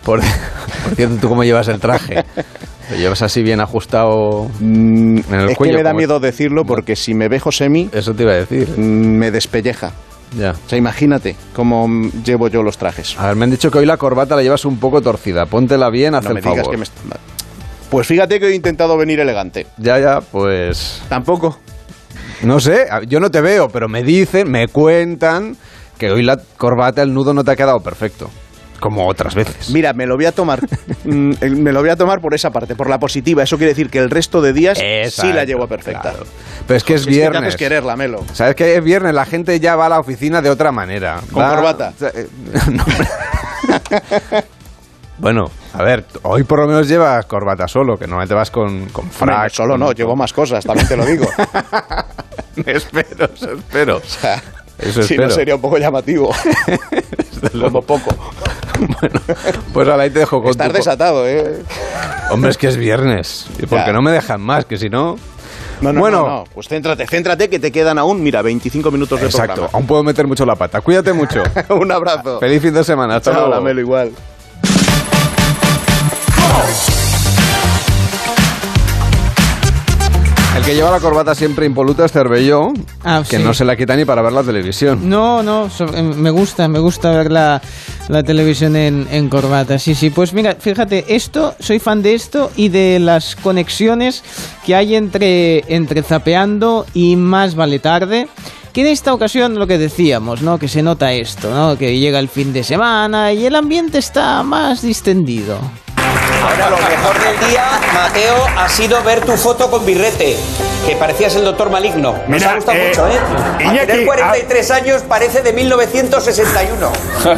Por cierto, ¿tú cómo llevas el traje? ¿Lo llevas así bien ajustado en el es cuello? Que me da miedo decirlo porque si me ve Josemi... Eso te iba a decir. Me despelleja. Ya. O sea, imagínate cómo llevo yo los trajes. A ver, me han dicho que hoy la corbata la llevas un poco torcida. Póntela bien, haz el favor. Que Pues fíjate que he intentado venir elegante. Ya, pues... ¿Tampoco? No sé, yo no te veo, pero me dicen, me cuentan que hoy la corbata, el nudo no te ha quedado perfecto. Como otras veces. Mira, me lo voy a tomar. Me lo voy a tomar por esa parte, por la positiva. Eso quiere decir que el resto de días sí la llevo perfecta. Claro. Pero es que es viernes. Es quererla, Melo. ¿Sabes que es viernes? La gente ya va a la oficina de otra manera. ¿Con corbata? No, bueno, a ver, hoy por lo menos llevas corbata solo, que no te vas con frac. Solo no, llevo más cosas, también te lo digo. Espero. O sea, eso si no sería un poco llamativo. Como poco. Bueno, pues ahora ahí te dejo con Estás desatado, ¿eh? Hombre, es que es viernes. ¿Y por qué no me dejan más? Que si no... No. Pues céntrate que te quedan aún, mira, 25 minutos de programa. Exacto, aún puedo meter mucho la pata. Cuídate mucho. Un abrazo. Feliz fin de semana. Hasta luego. Melo, igual. El que lleva la corbata siempre impoluta es Cervelló, que no se la quita ni para ver la televisión. No, me gusta ver la televisión en corbata. Sí, pues mira, fíjate, soy fan de esto y de las conexiones que hay entre Zapeando y Más Vale Tarde. Que en esta ocasión lo que decíamos, ¿no? Que se nota esto, ¿no? Que llega el fin de semana y el ambiente está más distendido. Ahora lo mejor del día, Mateo, ha sido ver tu foto con birrete, que parecías el doctor Maligno. Nos ha gustado mucho, ¿eh? Iñaki, a tener 43 años parece de 1961.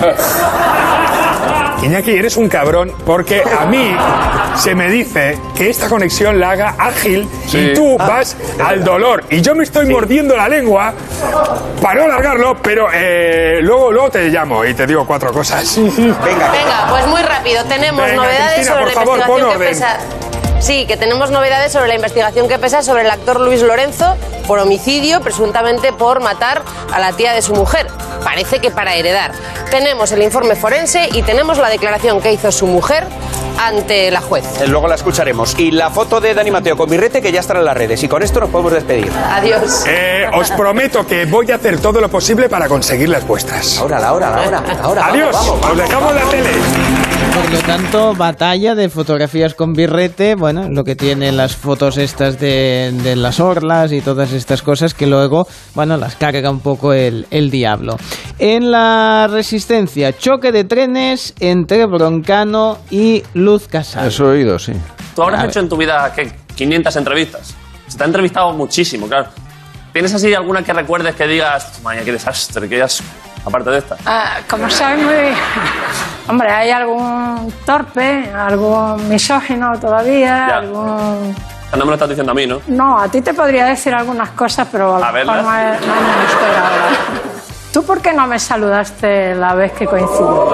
Iñaki, eres un cabrón, porque a mí se me dice que esta conexión la haga ágil y tú vas al dolor. Y yo me estoy mordiendo la lengua para no alargarlo, pero luego te llamo y te digo 4 cosas. Venga, pues muy rápido. Tenemos novedades Cristina, sobre la investigación que pesa. Sí, que tenemos novedades sobre la investigación que pesa sobre el actor Luis Lorenzo por homicidio, presuntamente por matar a la tía de su mujer. Parece que para heredar. Tenemos el informe forense y tenemos la declaración que hizo su mujer ante la juez. Luego la escucharemos. Y la foto de Dani Mateo con birrete que ya estará en las redes. Y con esto nos podemos despedir. Adiós. Os prometo que voy a hacer todo lo posible para conseguir las vuestras. Ahora. Adiós. Vamos. Os dejamos la tele. Por lo tanto, batalla de fotografías con birrete, bueno, lo que tienen las fotos estas de las orlas y todas estas cosas que luego, bueno, las carga un poco el diablo. En la Resistencia, choque de trenes entre Broncano y Luz Casal. Eso he oído, sí. Tú habrás hecho en tu vida, ¿qué? 500 entrevistas. Se te ha entrevistado muchísimo, claro. ¿Tienes así alguna que recuerdes que digas, vaya, qué desastre, que hayas, aparte de esta? Como soy muy... Hombre, hay algún torpe, algún misógino todavía, algún... No me lo estás diciendo a mí, ¿no? No, a ti te podría decir algunas cosas, pero a lo mejor no es menester ahora. ¿Tú por qué no me saludaste la vez que coincidimos?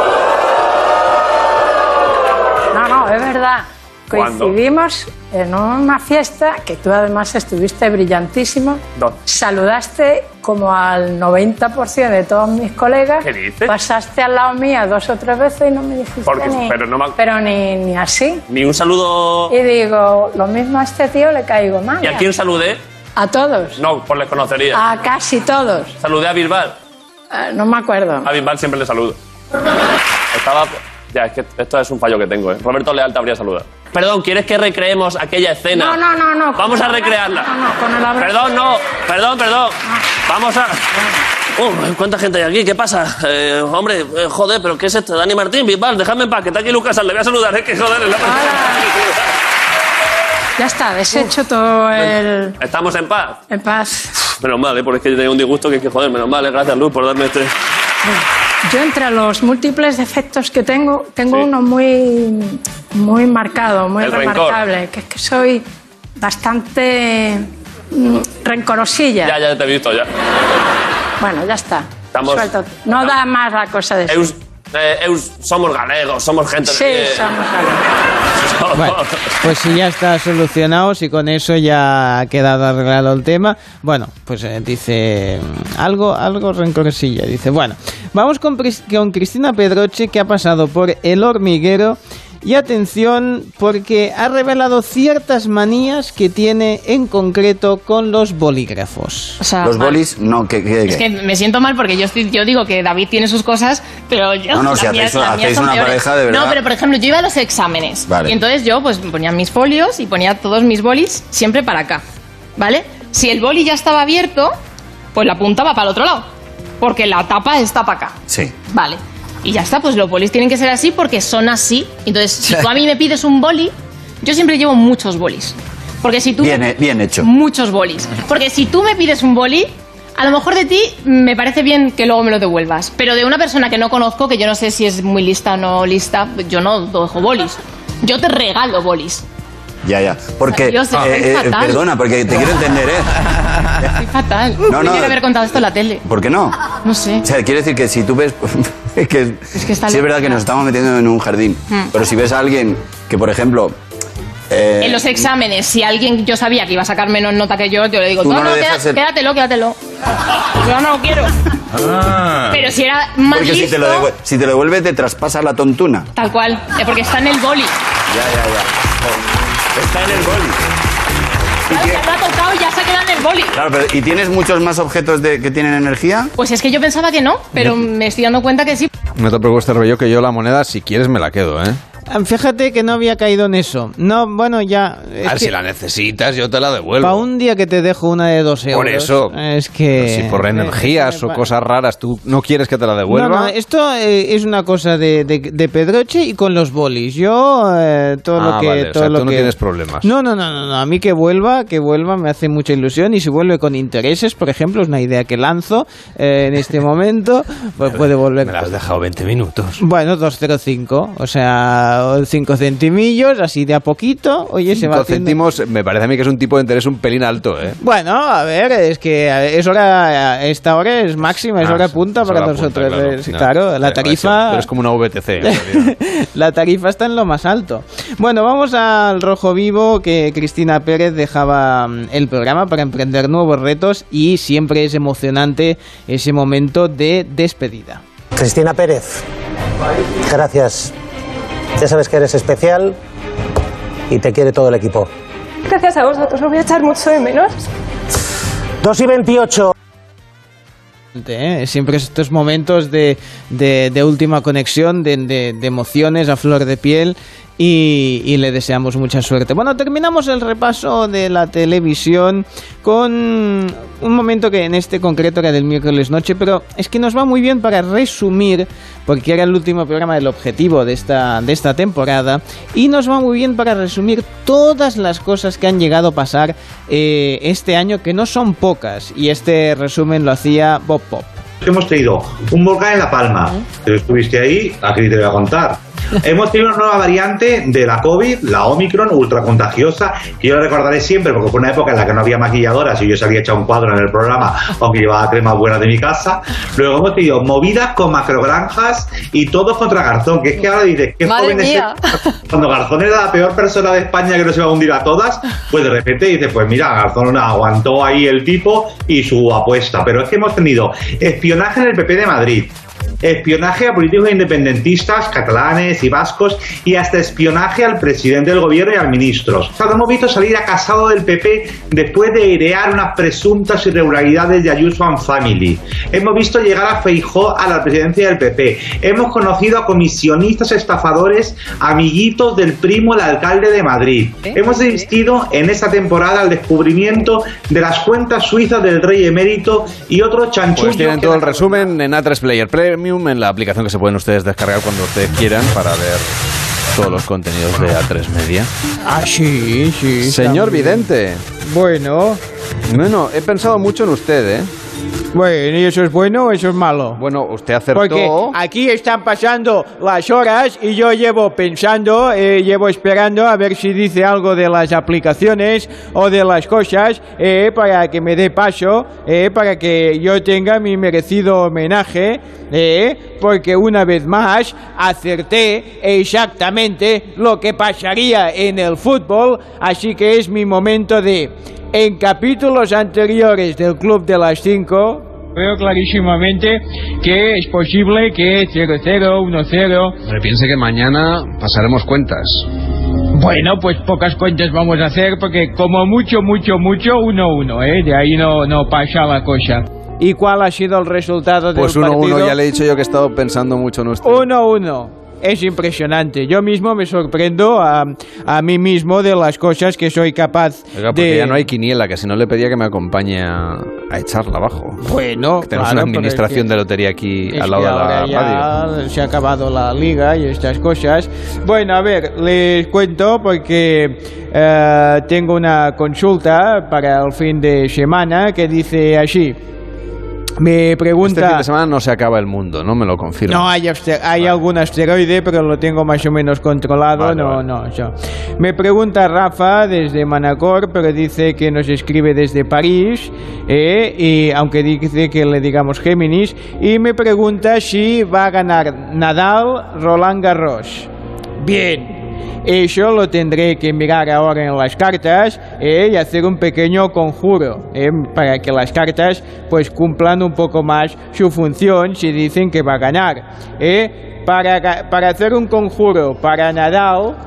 No, es verdad. Coincidimos en una fiesta que tú además estuviste brillantísimo. ¿Dónde? Saludaste como al 90% de todos mis colegas. ¿Qué dices? Pasaste al lado mía 2 o 3 veces y no me dijiste ni así. Ni un saludo. Y digo, lo mismo a este tío le caigo mal. ¿Y a quién saludé? A todos. No, pues les conocería. A casi todos. Saludé a Bisbal. No me acuerdo. A Bisbal siempre le saludo. Estaba... Ya, es que esto es un fallo que tengo, ¿eh? Roberto Leal te habría saludado. Perdón, ¿quieres que recreemos aquella escena? No. Vamos a recrearla. No, con el abrazo. Perdón. Vamos a... ¿Cuánta gente hay aquí? ¿Qué pasa? Hombre, joder, ¿pero qué es esto? Dani Martín, Bisbal, déjame en paz, que está aquí Lucas, le voy a saludar, es que joder, es la persona. Ya está, deshecho todo el... ¿Estamos en paz? En paz. Menos mal, porque es que yo tenía un disgusto que joder, menos mal, gracias Luz por darme este... Yo entre los múltiples defectos que tengo uno muy marcado, muy remarcable, que es que soy bastante rencorosilla. Ya te he visto, ya. Bueno, ya está. Suelto. No da más la cosa de eso. Somos galegos, somos gente Sí, somos galegos. Bueno, pues si ya está solucionado, si con eso ya ha quedado arreglado el tema, bueno, pues dice algo rencoresilla. Dice, bueno, vamos con Cristina Pedroche, que ha pasado por El Hormiguero. Y atención, porque ha revelado ciertas manías que tiene en concreto con los bolígrafos. O sea, los bolis, no, ¿qué? Es que me siento mal porque yo digo que David tiene sus cosas, pero yo... No, si hacéis una pareja de verdad... No, pero por ejemplo, yo iba a los exámenes. Vale. Y entonces yo pues ponía mis folios y ponía todos mis bolis siempre para acá, ¿vale? Si el boli ya estaba abierto, pues la punta va para el otro lado, porque la tapa está para acá. Sí. Vale. Y ya está, pues los bolis tienen que ser así porque son así. Entonces, si tú a mí me pides un boli, yo siempre llevo muchos bolis. Porque si tú... Bien hecho. Muchos bolis. Porque si tú me pides un boli, a lo mejor de ti me parece bien que luego me lo devuelvas. Pero de una persona que no conozco, que yo no sé si es muy lista o no lista, yo no dejo bolis. Yo te regalo bolis. Ya. Porque, Dios, perdona, porque te quiero entender, Soy fatal. No. Quiero haber contado esto en la tele. ¿Por qué no? No sé. O sea, quiere decir que si tú ves... es que está sí es verdad que nos estamos metiendo en un jardín. Pero si ves a alguien que, por ejemplo... en los exámenes, si alguien yo sabía que iba a sacar menos nota que yo le digo, no, quédatelo. Yo no lo quiero. Pero si era más porque listo... si te lo devuelve, te traspasa la tontuna. Tal cual, porque está en el boli. Ya. Está en el boli. Claro, ya lo ha tocado y ya se ha quedado en el boli. Claro, pero ¿y tienes muchos más objetos que tienen energía? Pues es que yo pensaba que no, pero me estoy dando cuenta que sí. No te preocupes, Rebello, que yo la moneda, si quieres, me la quedo, ¿eh? Fíjate que no había caído en eso. No, bueno, ya... si la necesitas, yo te la devuelvo. Para un día que te dejo una de 2 euros... Por eso. Es que... Si por energías o cosas raras tú no quieres que te la devuelva... No, esto es una cosa de Pedroche y con los bolis. Yo, todo lo que... Vale, todo o sea, lo tú no que... tienes problemas. No. A mí que vuelva, me hace mucha ilusión. Y si vuelve con intereses, por ejemplo, es una idea que lanzo en este momento, pues puede volver... Me la has dejado 20 minutos. Bueno, 2,05. O sea, 5 centimillos, así de a poquito. Oye, se va haciendo... 5 céntimos, me parece a mí que es un tipo de interés un pelín alto, ¿eh? Bueno, a ver, es que es hora, esta hora es máxima, es hora punta para nosotros. Claro, la tarifa... Pero es como una VTC. La tarifa está en lo más alto. Bueno, vamos al rojo vivo, que Cristina Pérez dejaba el programa para emprender nuevos retos y siempre es emocionante ese momento de despedida. Cristina Pérez, gracias. Ya sabes que eres especial y te quiere todo el equipo. Gracias a vosotros, lo voy a echar mucho de menos. 2:28. Siempre estos momentos de última conexión, de emociones a flor de piel. Y le deseamos mucha suerte. Bueno, terminamos el repaso de la televisión con un momento que en este concreto era del miércoles noche, pero es que nos va muy bien para resumir, porque era el último programa del Objetivo de esta temporada, y nos va muy bien para resumir todas las cosas que han llegado a pasar este año, que no son pocas, y este resumen lo hacía Bob Pop. Hemos tenido un volcán en La Palma, que estuviste ahí, aquí te voy a contar. Hemos tenido una nueva variante de la COVID, la Omicron, ultra contagiosa, que yo la recordaré siempre porque fue una época en la que no había maquilladoras y yo se había echado un cuadro en el programa, aunque llevaba crema buena de mi casa. Luego hemos tenido movidas con macrogranjas y todos contra Garzón, que es que ahora dices, qué joven es cuando Garzón era la peor persona de España que nos iba a hundir a todas, pues de repente dices, pues mira, Garzón aguantó ahí el tipo y su apuesta. Pero es que hemos tenido espionaje en el PP de Madrid, espionaje a políticos independentistas catalanes y vascos y hasta espionaje al presidente del gobierno y al ministro. O sea, hemos visto salir a Casado del PP después de airear unas presuntas irregularidades de Ayuso and Family. Hemos visto llegar a Feijóo a la presidencia del PP. Hemos conocido a comisionistas estafadores, amiguitos del primo del alcalde de Madrid. Hemos asistido en esta temporada al descubrimiento de las cuentas suizas del rey emérito y otros chanchullos. Pues tienen todo el resumen en A3 Player Premium, en la aplicación que se pueden ustedes descargar cuando ustedes quieran para ver todos los contenidos de A3 Media. Sí. Señor Vidente. Bueno, he pensado mucho en usted, ¿eh? Bueno, ¿y eso es bueno o eso es malo? Bueno, usted acertó. Porque aquí están pasando las horas y yo llevo pensando, llevo esperando a ver si dice algo de las aplicaciones o de las cosas para que me dé paso, para que yo tenga mi merecido homenaje, porque una vez más acerté exactamente lo que pasaría en el fútbol, así que es mi momento de... En capítulos anteriores del Club de las 5 veo clarísimamente que es posible que 0-0, 1-0... Pero piense que mañana pasaremos cuentas. Bueno, pues pocas cuentas vamos a hacer porque como mucho, 1-1, de ahí no pasa la cosa. ¿Y cuál ha sido el resultado del partido? Pues 1-1, ya le he dicho yo que he estado pensando mucho en usted. 1-1. Es impresionante. Yo mismo me sorprendo a mí mismo de las cosas que soy capaz porque ya no hay quiniela, que si no le pedía que me acompañe a echarla abajo. Bueno, que tenemos una administración de lotería aquí al lado de la radio. Se ha acabado la liga y estas cosas. Bueno, a ver, les cuento porque tengo una consulta para el fin de semana que dice así. Me pregunta... Este fin de semana no se acaba el mundo, ¿no? Me lo confirma. No, hay algún asteroide, pero lo tengo más o menos controlado. Vale. Me pregunta Rafa desde Manacor, pero dice que nos escribe desde París, y aunque dice que le digamos Géminis, y me pregunta si va a ganar Nadal, Roland Garros. Bien. Eso lo tendré que mirar ahora en las cartas y hacer un pequeño conjuro para que las cartas pues cumplan un poco más su función si dicen que va a ganar. Para hacer un conjuro para Nadal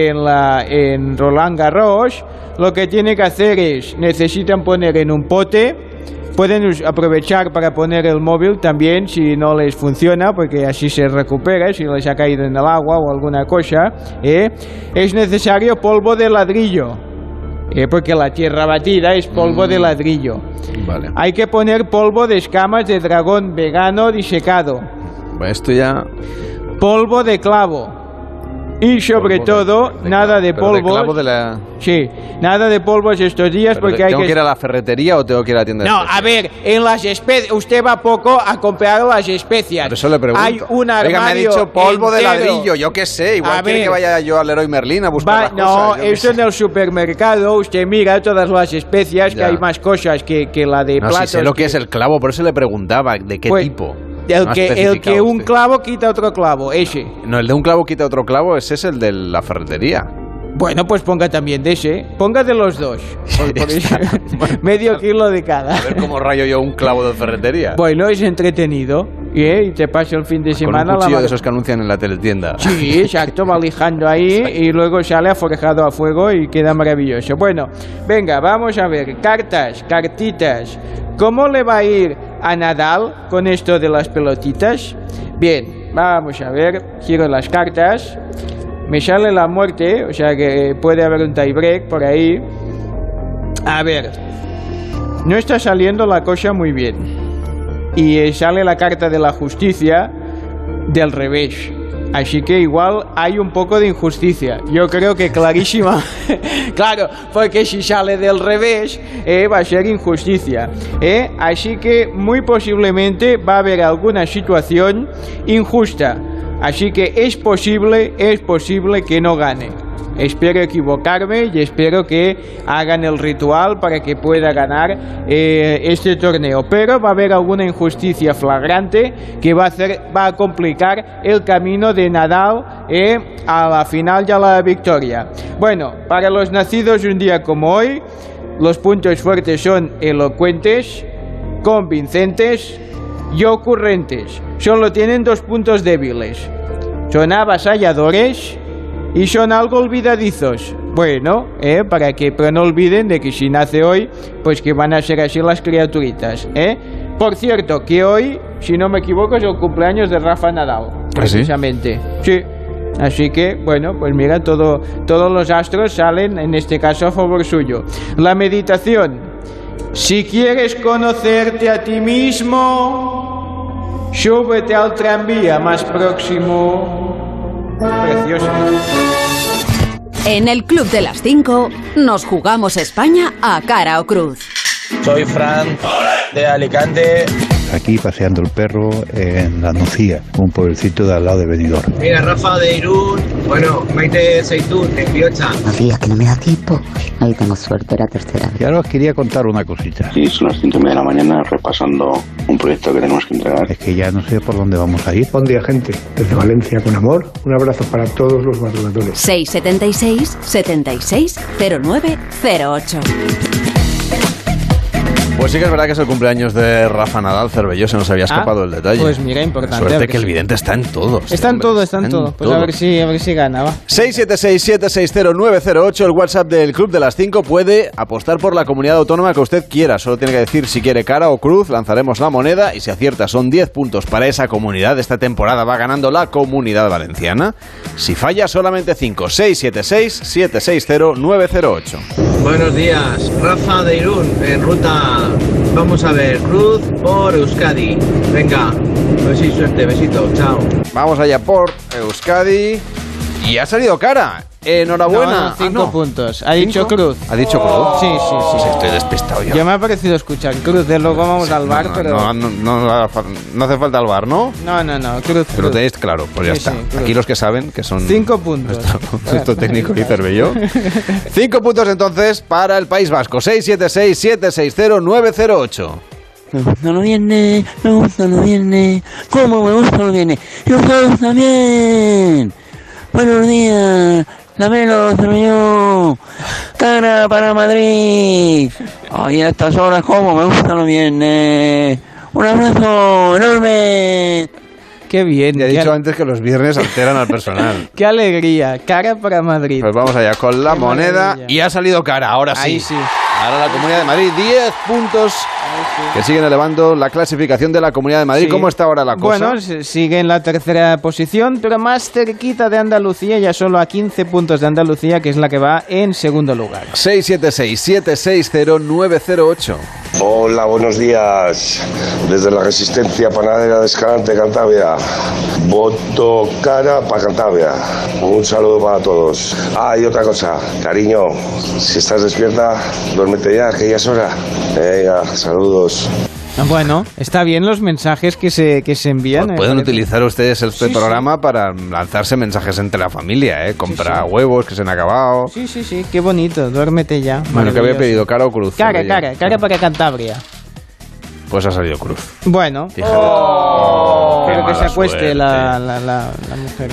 en Roland Garros, lo que tiene que hacer es, necesitan poner en un pote. Pueden aprovechar para poner el móvil también si no les funciona, porque así se recupera, si les ha caído en el agua o alguna cosa. Es necesario polvo de ladrillo, porque la tierra batida es polvo de ladrillo. Vale. Hay que poner polvo de escamas de dragón vegano disecado. Esto ya... Polvo de clavo. Y sobre todo, nada de polvos. Sí, nada de polvos estos días porque hay que... ¿Tengo que ir a la ferretería o tengo que ir a la tienda de especias? No, a ver, en las especias... Usted va poco a comprar las especias. Por eso le pregunto. Hay un armario. Oiga, me ha dicho polvo entero. de ladrillo, yo qué sé. Igual quiere que vaya yo al Leroy Merlin a buscar las no, cosas. eso en el supermercado, usted mira todas las especias, que hay más cosas que la de platos. Sí sé lo que es el clavo, por eso le preguntaba de qué tipo. El que un clavo quita otro clavo, ese. No, el de un clavo quita otro clavo, ese es el de la ferretería. Bueno, pues ponga también de ese. Ponga de los dos. Medio kilo de cada. A ver cómo rayo yo un clavo de ferretería. Bueno, es entretenido. Y te pasa el fin de semana... Con un cuchillo de esos que anuncian en la teletienda. Sí, exacto, va lijando ahí y luego sale forjado a fuego y queda maravilloso. Bueno, venga, vamos a ver. Cartitas. ¿Cómo le va a ir a Nadal con esto de las pelotitas? Bien, vamos a ver. Giro las cartas. Me sale la muerte, o sea que puede haber un tiebreak por ahí. A ver. No está saliendo la cosa muy bien. Y sale la carta de la justicia del revés. Así que igual hay un poco de injusticia. Yo creo que clarísima. Claro, porque si sale del revés va a ser injusticia. Así que muy posiblemente va a haber alguna situación injusta. Así que es posible que no gane. Espero equivocarme y espero que hagan el ritual para que pueda ganar este torneo. Pero va a haber alguna injusticia flagrante que va a complicar el camino de Nadal a la final y a la victoria. Bueno, para los nacidos un día como hoy, los puntos fuertes son elocuentes, convincentes y ocurrentes. Solo tienen 2 puntos débiles. Son avasalladores y son algo olvidadizos. Bueno, pero no olviden de que si nace hoy, pues que van a ser así las criaturitas, Por cierto, que hoy, si no me equivoco, es el cumpleaños de Rafa Nadal, precisamente. Sí. Así que, bueno, pues mira, todos los astros salen, en este caso, a favor suyo. La meditación. Si quieres conocerte a ti mismo, súbete al tranvía más próximo. Precioso. En el Club de las 5 nos jugamos España a cara o cruz. Soy Fran de Alicante. Aquí paseando el perro en La Nucía, un pueblecito de al lado de Benidorm. Mira, Rafa de Irún. Bueno, Maite Seitún de Piocha. Buenos días, que no me da tiempo. Ahí tengo suerte, la tercera. Y ahora os quería contar una cosita. Sí, son las 5:30 de la mañana repasando un proyecto que tenemos que entregar. Es que ya no sé por dónde vamos a ir. Buen día, gente. Desde Valencia con amor. Un abrazo para todos los madrugadores. 676 76 09 08. Pues sí que es verdad que es el cumpleaños de Rafa Nadal. Cervelló, se nos había escapado el detalle. Pues mira, importante. Suerte que el vidente está en todo. Está en todo. Pues a ver si gana, va. 676-760-908, el WhatsApp del Club de las 5. Puede apostar por la comunidad autónoma que usted quiera. Solo tiene que decir si quiere cara o cruz. Lanzaremos la moneda y si acierta son 10 puntos para esa comunidad. Esta temporada va ganando la Comunidad Valenciana. Si falla, solamente 5. 676-760-908. Buenos días, Rafa de Irún, en ruta. Vamos a ver, cruz por Euskadi. Venga, pues sí, suerte, besito, chao. Vamos allá por Euskadi. Y ha salido cara. Enhorabuena. 5 puntos. Ha dicho cruz. ¿Ha dicho cruz? Sí. Estoy despistado yo. Ya me ha parecido escuchar cruz. De luego vamos al bar, pero... No hace falta el bar, ¿no? No, cruz. Pero lo tenéis claro, pues ya está. Aquí los que saben que son... 5 puntos. Nuestro técnico y Cervelló. 5 puntos entonces para el País Vasco. 676-760-908. Me gusta lo viernes, ¿cómo me gusta lo viernes? ¡Yo también! Buenos días, Lamelo, Cervelló, cara para Madrid. Ay, a estas horas, ¿cómo me gusta lo viernes? Un abrazo enorme. Qué bien. Ya he dicho antes que los viernes alteran al personal. Qué alegría, cara para Madrid. Pues vamos allá con la moneda y ha salido cara, ahora sí. Ahí sí. Ahora la Comunidad de Madrid, 10 puntos que siguen elevando la clasificación de la Comunidad de Madrid. Sí. ¿Cómo está ahora la cosa? Bueno, sigue en la tercera posición, pero más cerquita de Andalucía, ya solo a 15 puntos de Andalucía, que es la que va en segundo lugar. 676-760-908. Hola, buenos días. Desde la Resistencia Panadera de Escalante, Cantabria. Voto cara para Cantabria. Un saludo para todos. Y otra cosa, cariño, si estás despierta, duérmete ya, que ya es hora. Venga, saludos. Bueno, está bien los mensajes que se envían. Pues pueden utilizar ustedes este programa para lanzarse mensajes entre la familia, Compra huevos que se han acabado. Sí, qué bonito, duérmete ya. Bueno, ¿qué había pedido? ¿Cara o cruz? Cara para Cantabria. Pues ha salido cruz. Bueno. Pero que se acueste la mujer.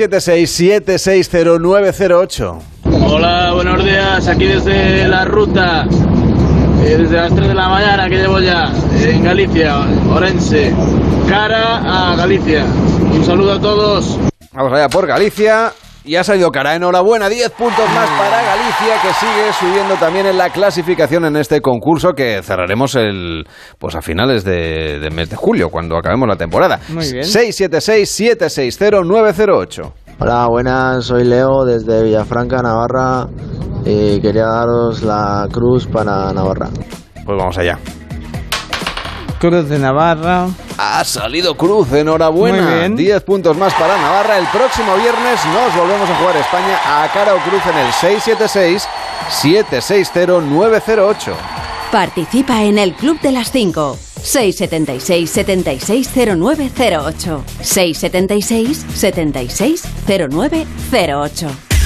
676-760-908. Hola, buenos días, aquí desde la ruta. Desde las 3 de la mañana que llevo ya en Galicia, Orense, cara a Galicia. Un saludo a todos. Vamos allá por Galicia y ha salido cara. Enhorabuena, 10 puntos más para Galicia, que sigue subiendo también en la clasificación en este concurso que cerraremos a finales de mes de julio, cuando acabemos la temporada. Muy bien. 676-760-908. Hola, buenas, soy Leo desde Villafranca, Navarra, y quería daros la cruz para Navarra. Pues vamos allá. Cruz de Navarra. Ha salido cruz, enhorabuena. Muy bien. 10 puntos más para Navarra. El próximo viernes nos volvemos a jugar España a cara o cruz en el 676-760-908. Participa en el Club de las 5. 676-760908. 676-760908.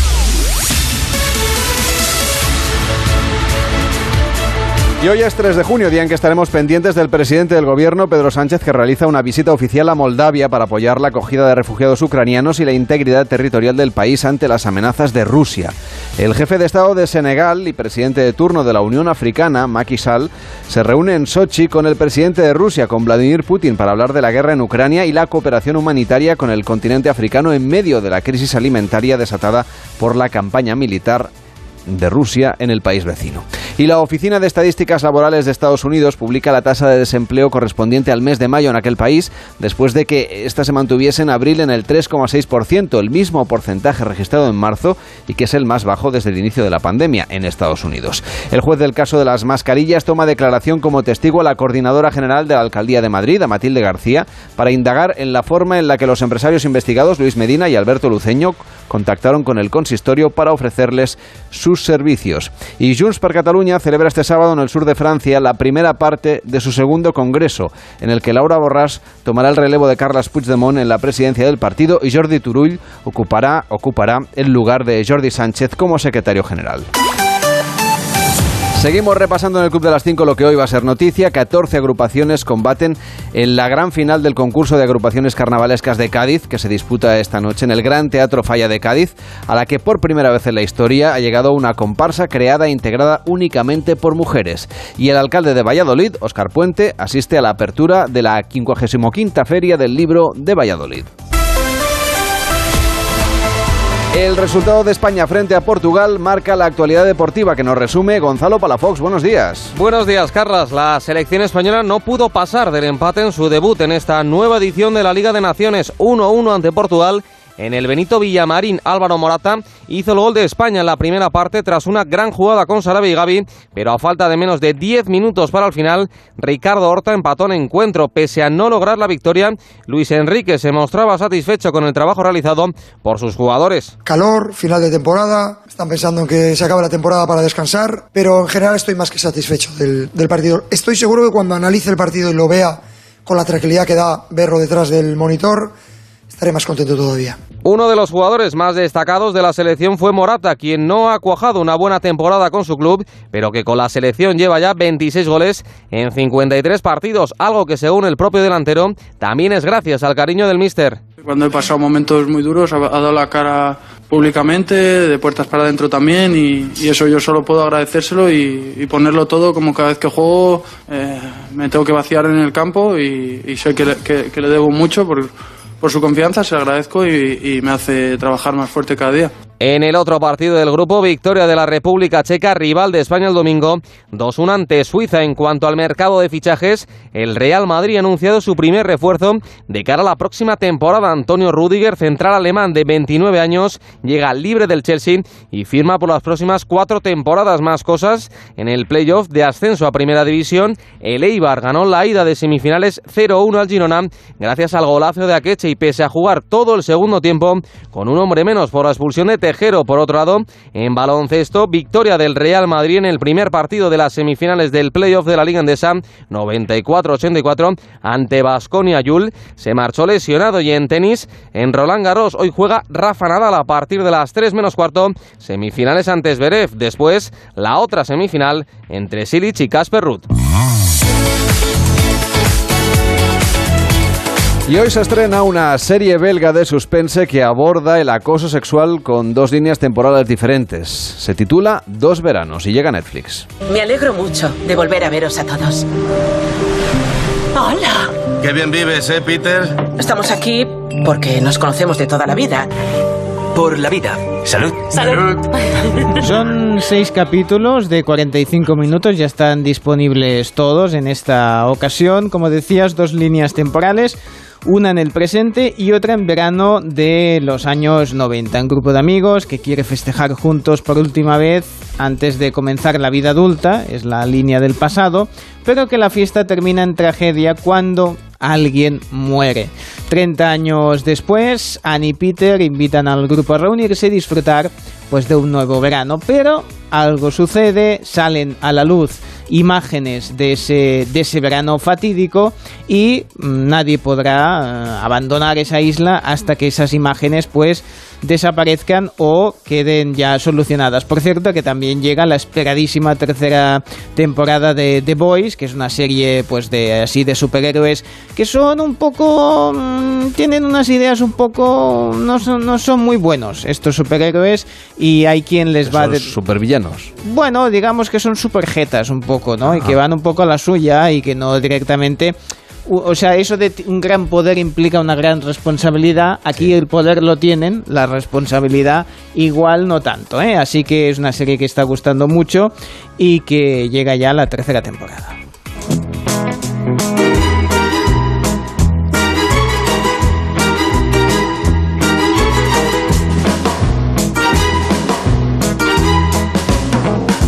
Y hoy es 3 de junio, día en que estaremos pendientes del presidente del gobierno, Pedro Sánchez, que realiza una visita oficial a Moldavia para apoyar la acogida de refugiados ucranianos y la integridad territorial del país ante las amenazas de Rusia. El jefe de Estado de Senegal y presidente de turno de la Unión Africana, Macky Sall, se reúne en Sochi con el presidente de Rusia, con Vladimir Putin, para hablar de la guerra en Ucrania y la cooperación humanitaria con el continente africano en medio de la crisis alimentaria desatada por la campaña militar de Rusia en el país vecino. Y la Oficina de Estadísticas Laborales de Estados Unidos publica la tasa de desempleo correspondiente al mes de mayo en aquel país, después de que ésta se mantuviese en abril en el 3,6%, el mismo porcentaje registrado en marzo y que es el más bajo desde el inicio de la pandemia en Estados Unidos. El juez del caso de las mascarillas toma declaración como testigo a la coordinadora general de la Alcaldía de Madrid, a Matilde García, para indagar en la forma en la que los empresarios investigados, Luis Medina y Alberto Luceño, contactaron con el consistorio para ofrecerles sus servicios. Y Junts per Catalunya Cataluña celebra este sábado en el sur de Francia la primera parte de su segundo congreso, en el que Laura Borràs tomará el relevo de Carles Puigdemont en la presidencia del partido y Jordi Turull ocupará el lugar de Jordi Sánchez como secretario general. Seguimos repasando en el Club de las 5 lo que hoy va a ser noticia. 14 agrupaciones combaten en la gran final del concurso de agrupaciones carnavalescas de Cádiz, que se disputa esta noche en el Gran Teatro Falla de Cádiz, a la que por primera vez en la historia ha llegado una comparsa creada e integrada únicamente por mujeres. Y el alcalde de Valladolid, Óscar Puente, asiste a la apertura de la 55ª Feria del Libro de Valladolid. El resultado de España frente a Portugal marca la actualidad deportiva que nos resume Gonzalo Palafox. Buenos días. Buenos días, Carlas. La selección española no pudo pasar del empate en su debut en esta nueva edición de la Liga de Naciones, 1-1 ante Portugal. En el Benito Villamarín, Álvaro Morata hizo el gol de España en la primera parte tras una gran jugada con Sarabia y Gavi, pero a falta de menos de 10 minutos para el final, Ricardo Horta empató el encuentro. Pese a no lograr la victoria, Luis Enrique se mostraba satisfecho con el trabajo realizado por sus jugadores. Calor, final de temporada, están pensando en que se acabe la temporada para descansar, pero en general estoy más que satisfecho del partido. Estoy seguro que cuando analice el partido y lo vea con la tranquilidad que da verlo detrás del monitor, estaré más contento todavía. Uno de los jugadores más destacados de la selección fue Morata, quien no ha cuajado una buena temporada con su club, pero que con la selección lleva ya 26 goles en 53 partidos, algo que según el propio delantero también es gracias al cariño del míster. Cuando he pasado momentos muy duros ha dado la cara públicamente, de puertas para adentro también, y eso yo solo puedo agradecérselo y ponerlo todo, como cada vez que juego me tengo que vaciar en el campo y sé que le debo mucho por su confianza, se lo agradezco y me hace trabajar más fuerte cada día. En el otro partido del grupo, victoria de la República Checa, rival de España el domingo, 2-1 ante Suiza. En cuanto al mercado de fichajes, el Real Madrid ha anunciado su primer refuerzo de cara a la próxima temporada. Antonio Rüdiger, central alemán de 29 años, llega libre del Chelsea y firma por las próximas 4 temporadas. Más cosas, en el playoff de ascenso a Primera División, el Eibar ganó la ida de semifinales 0-1 al Girona, gracias al golazo de Akeche, y pese a jugar todo el segundo tiempo con un hombre menos por la expulsión de Tejero. Por otro lado, en baloncesto, victoria del Real Madrid en el primer partido de las semifinales del playoff de la Liga Endesa, 94-84 ante Baskonia. Yul se marchó lesionado. Y en tenis, en Roland Garros, hoy juega Rafa Nadal a partir de las 3 menos cuarto, semifinales ante Zverev. Después, la otra semifinal entre Cilic y Casper Ruud. Y hoy se estrena una serie belga de suspense que aborda el acoso sexual con 2 líneas temporales diferentes. Se titula 2 veranos y llega a Netflix. Me alegro mucho de volver a veros a todos. ¡Hola! Qué bien vives, Peter? Estamos aquí porque nos conocemos de toda la vida. Por la vida. Salud. Salud. Son 6 capítulos de 45 minutos, ya están disponibles todos en esta ocasión. Como decías, 2 líneas temporales, una en el presente y otra en verano de los años 90. Un grupo de amigos que quiere festejar juntos por última vez antes de comenzar la vida adulta, es la línea del pasado, pero que la fiesta termina en tragedia cuando alguien muere. 30 años después, Anne y Peter invitan al grupo a reunirse y disfrutar pues de un nuevo verano, pero algo sucede, salen a la luz imágenes de ese verano fatídico y nadie podrá abandonar esa isla hasta que esas imágenes pues desaparezcan o queden ya solucionadas. Por cierto, que también llega la esperadísima tercera temporada de The Boys, que es una serie pues de superhéroes que son un poco tienen unas ideas un poco no son muy buenos estos superhéroes, y hay quien les va de supervillanos. Bueno, digamos que son superjetas un poco, ¿no? Ajá. Y que van un poco a la suya y que no directamente. O sea, eso de un gran poder implica una gran responsabilidad. Aquí sí. El poder lo tienen, la responsabilidad igual no tanto, ¿eh? Así que es una serie que está gustando mucho y que llega ya a la tercera temporada.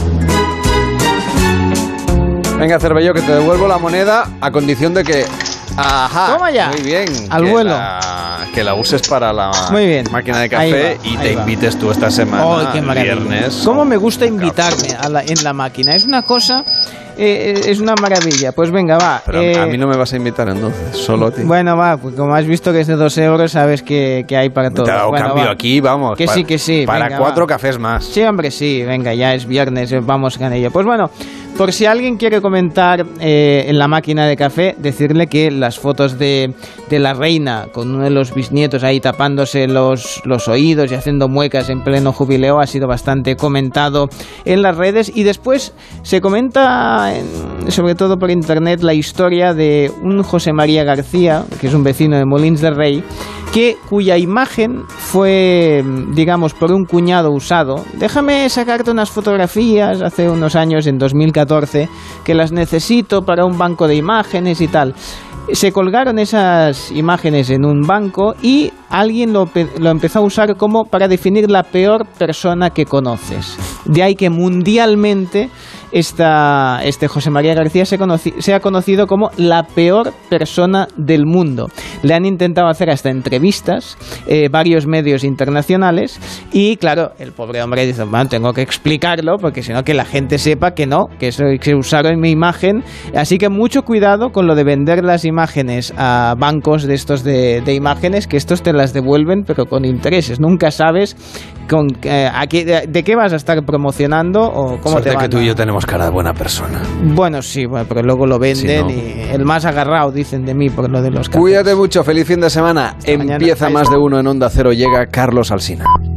Venga, Cervello, que te devuelvo la moneda a condición de que Ajá. Toma ya. Muy bien. Al vuelo. Que la uses para la Muy bien. máquina de café y te invites tú esta semana. ¡Oh, qué maravilla! Viernes. ¿Cómo me gusta invitarme en la máquina? Es una cosa... es una maravilla. Pues venga, va. Pero a mí no me vas a invitar entonces, solo a ti. Bueno, va, pues como has visto que es de 2 euros, sabes que hay para todo. Te ha dado cambio aquí, vamos. Que sí. Para venga, 4 va. cafés más. Sí, hombre, sí. Venga, ya es viernes, vamos con ello. Pues bueno, por si alguien quiere comentar en la máquina de café, decirle que las fotos de la reina con uno de los bisnietos ahí tapándose los oídos y haciendo muecas en pleno jubileo ha sido bastante comentado en las redes. Y después se comenta, sobre todo por internet, la historia de un José María García, que es un vecino de Molins de Rey, cuya imagen fue, digamos, por un cuñado usado. Déjame sacarte unas fotografías hace unos años, en 2014, que las necesito para un banco de imágenes y tal. Se colgaron esas imágenes en un banco y alguien lo empezó a usar como para definir la peor persona que conoces. De ahí que mundialmente este José María García se ha conocido como la peor persona del mundo. Le han intentado hacer hasta entrevistas varios medios internacionales y claro, el pobre hombre dice, bueno, tengo que explicarlo porque si no que la gente sepa que no, que usaron mi imagen. Así que mucho cuidado con lo de vender las imágenes a bancos de estos de imágenes, que estos te las devuelven pero con intereses. Nunca sabes de qué vas a estar promocionando o cómo Suerte te van que tú y yo tenemos cara de buena persona. Bueno, sí, pero luego lo venden y el más agarrado dicen de mí por lo de los cafés. Cuídate mucho, feliz fin de semana. Hasta Empieza mañana. Más de Uno en Onda Cero, llega Carlos Alsina.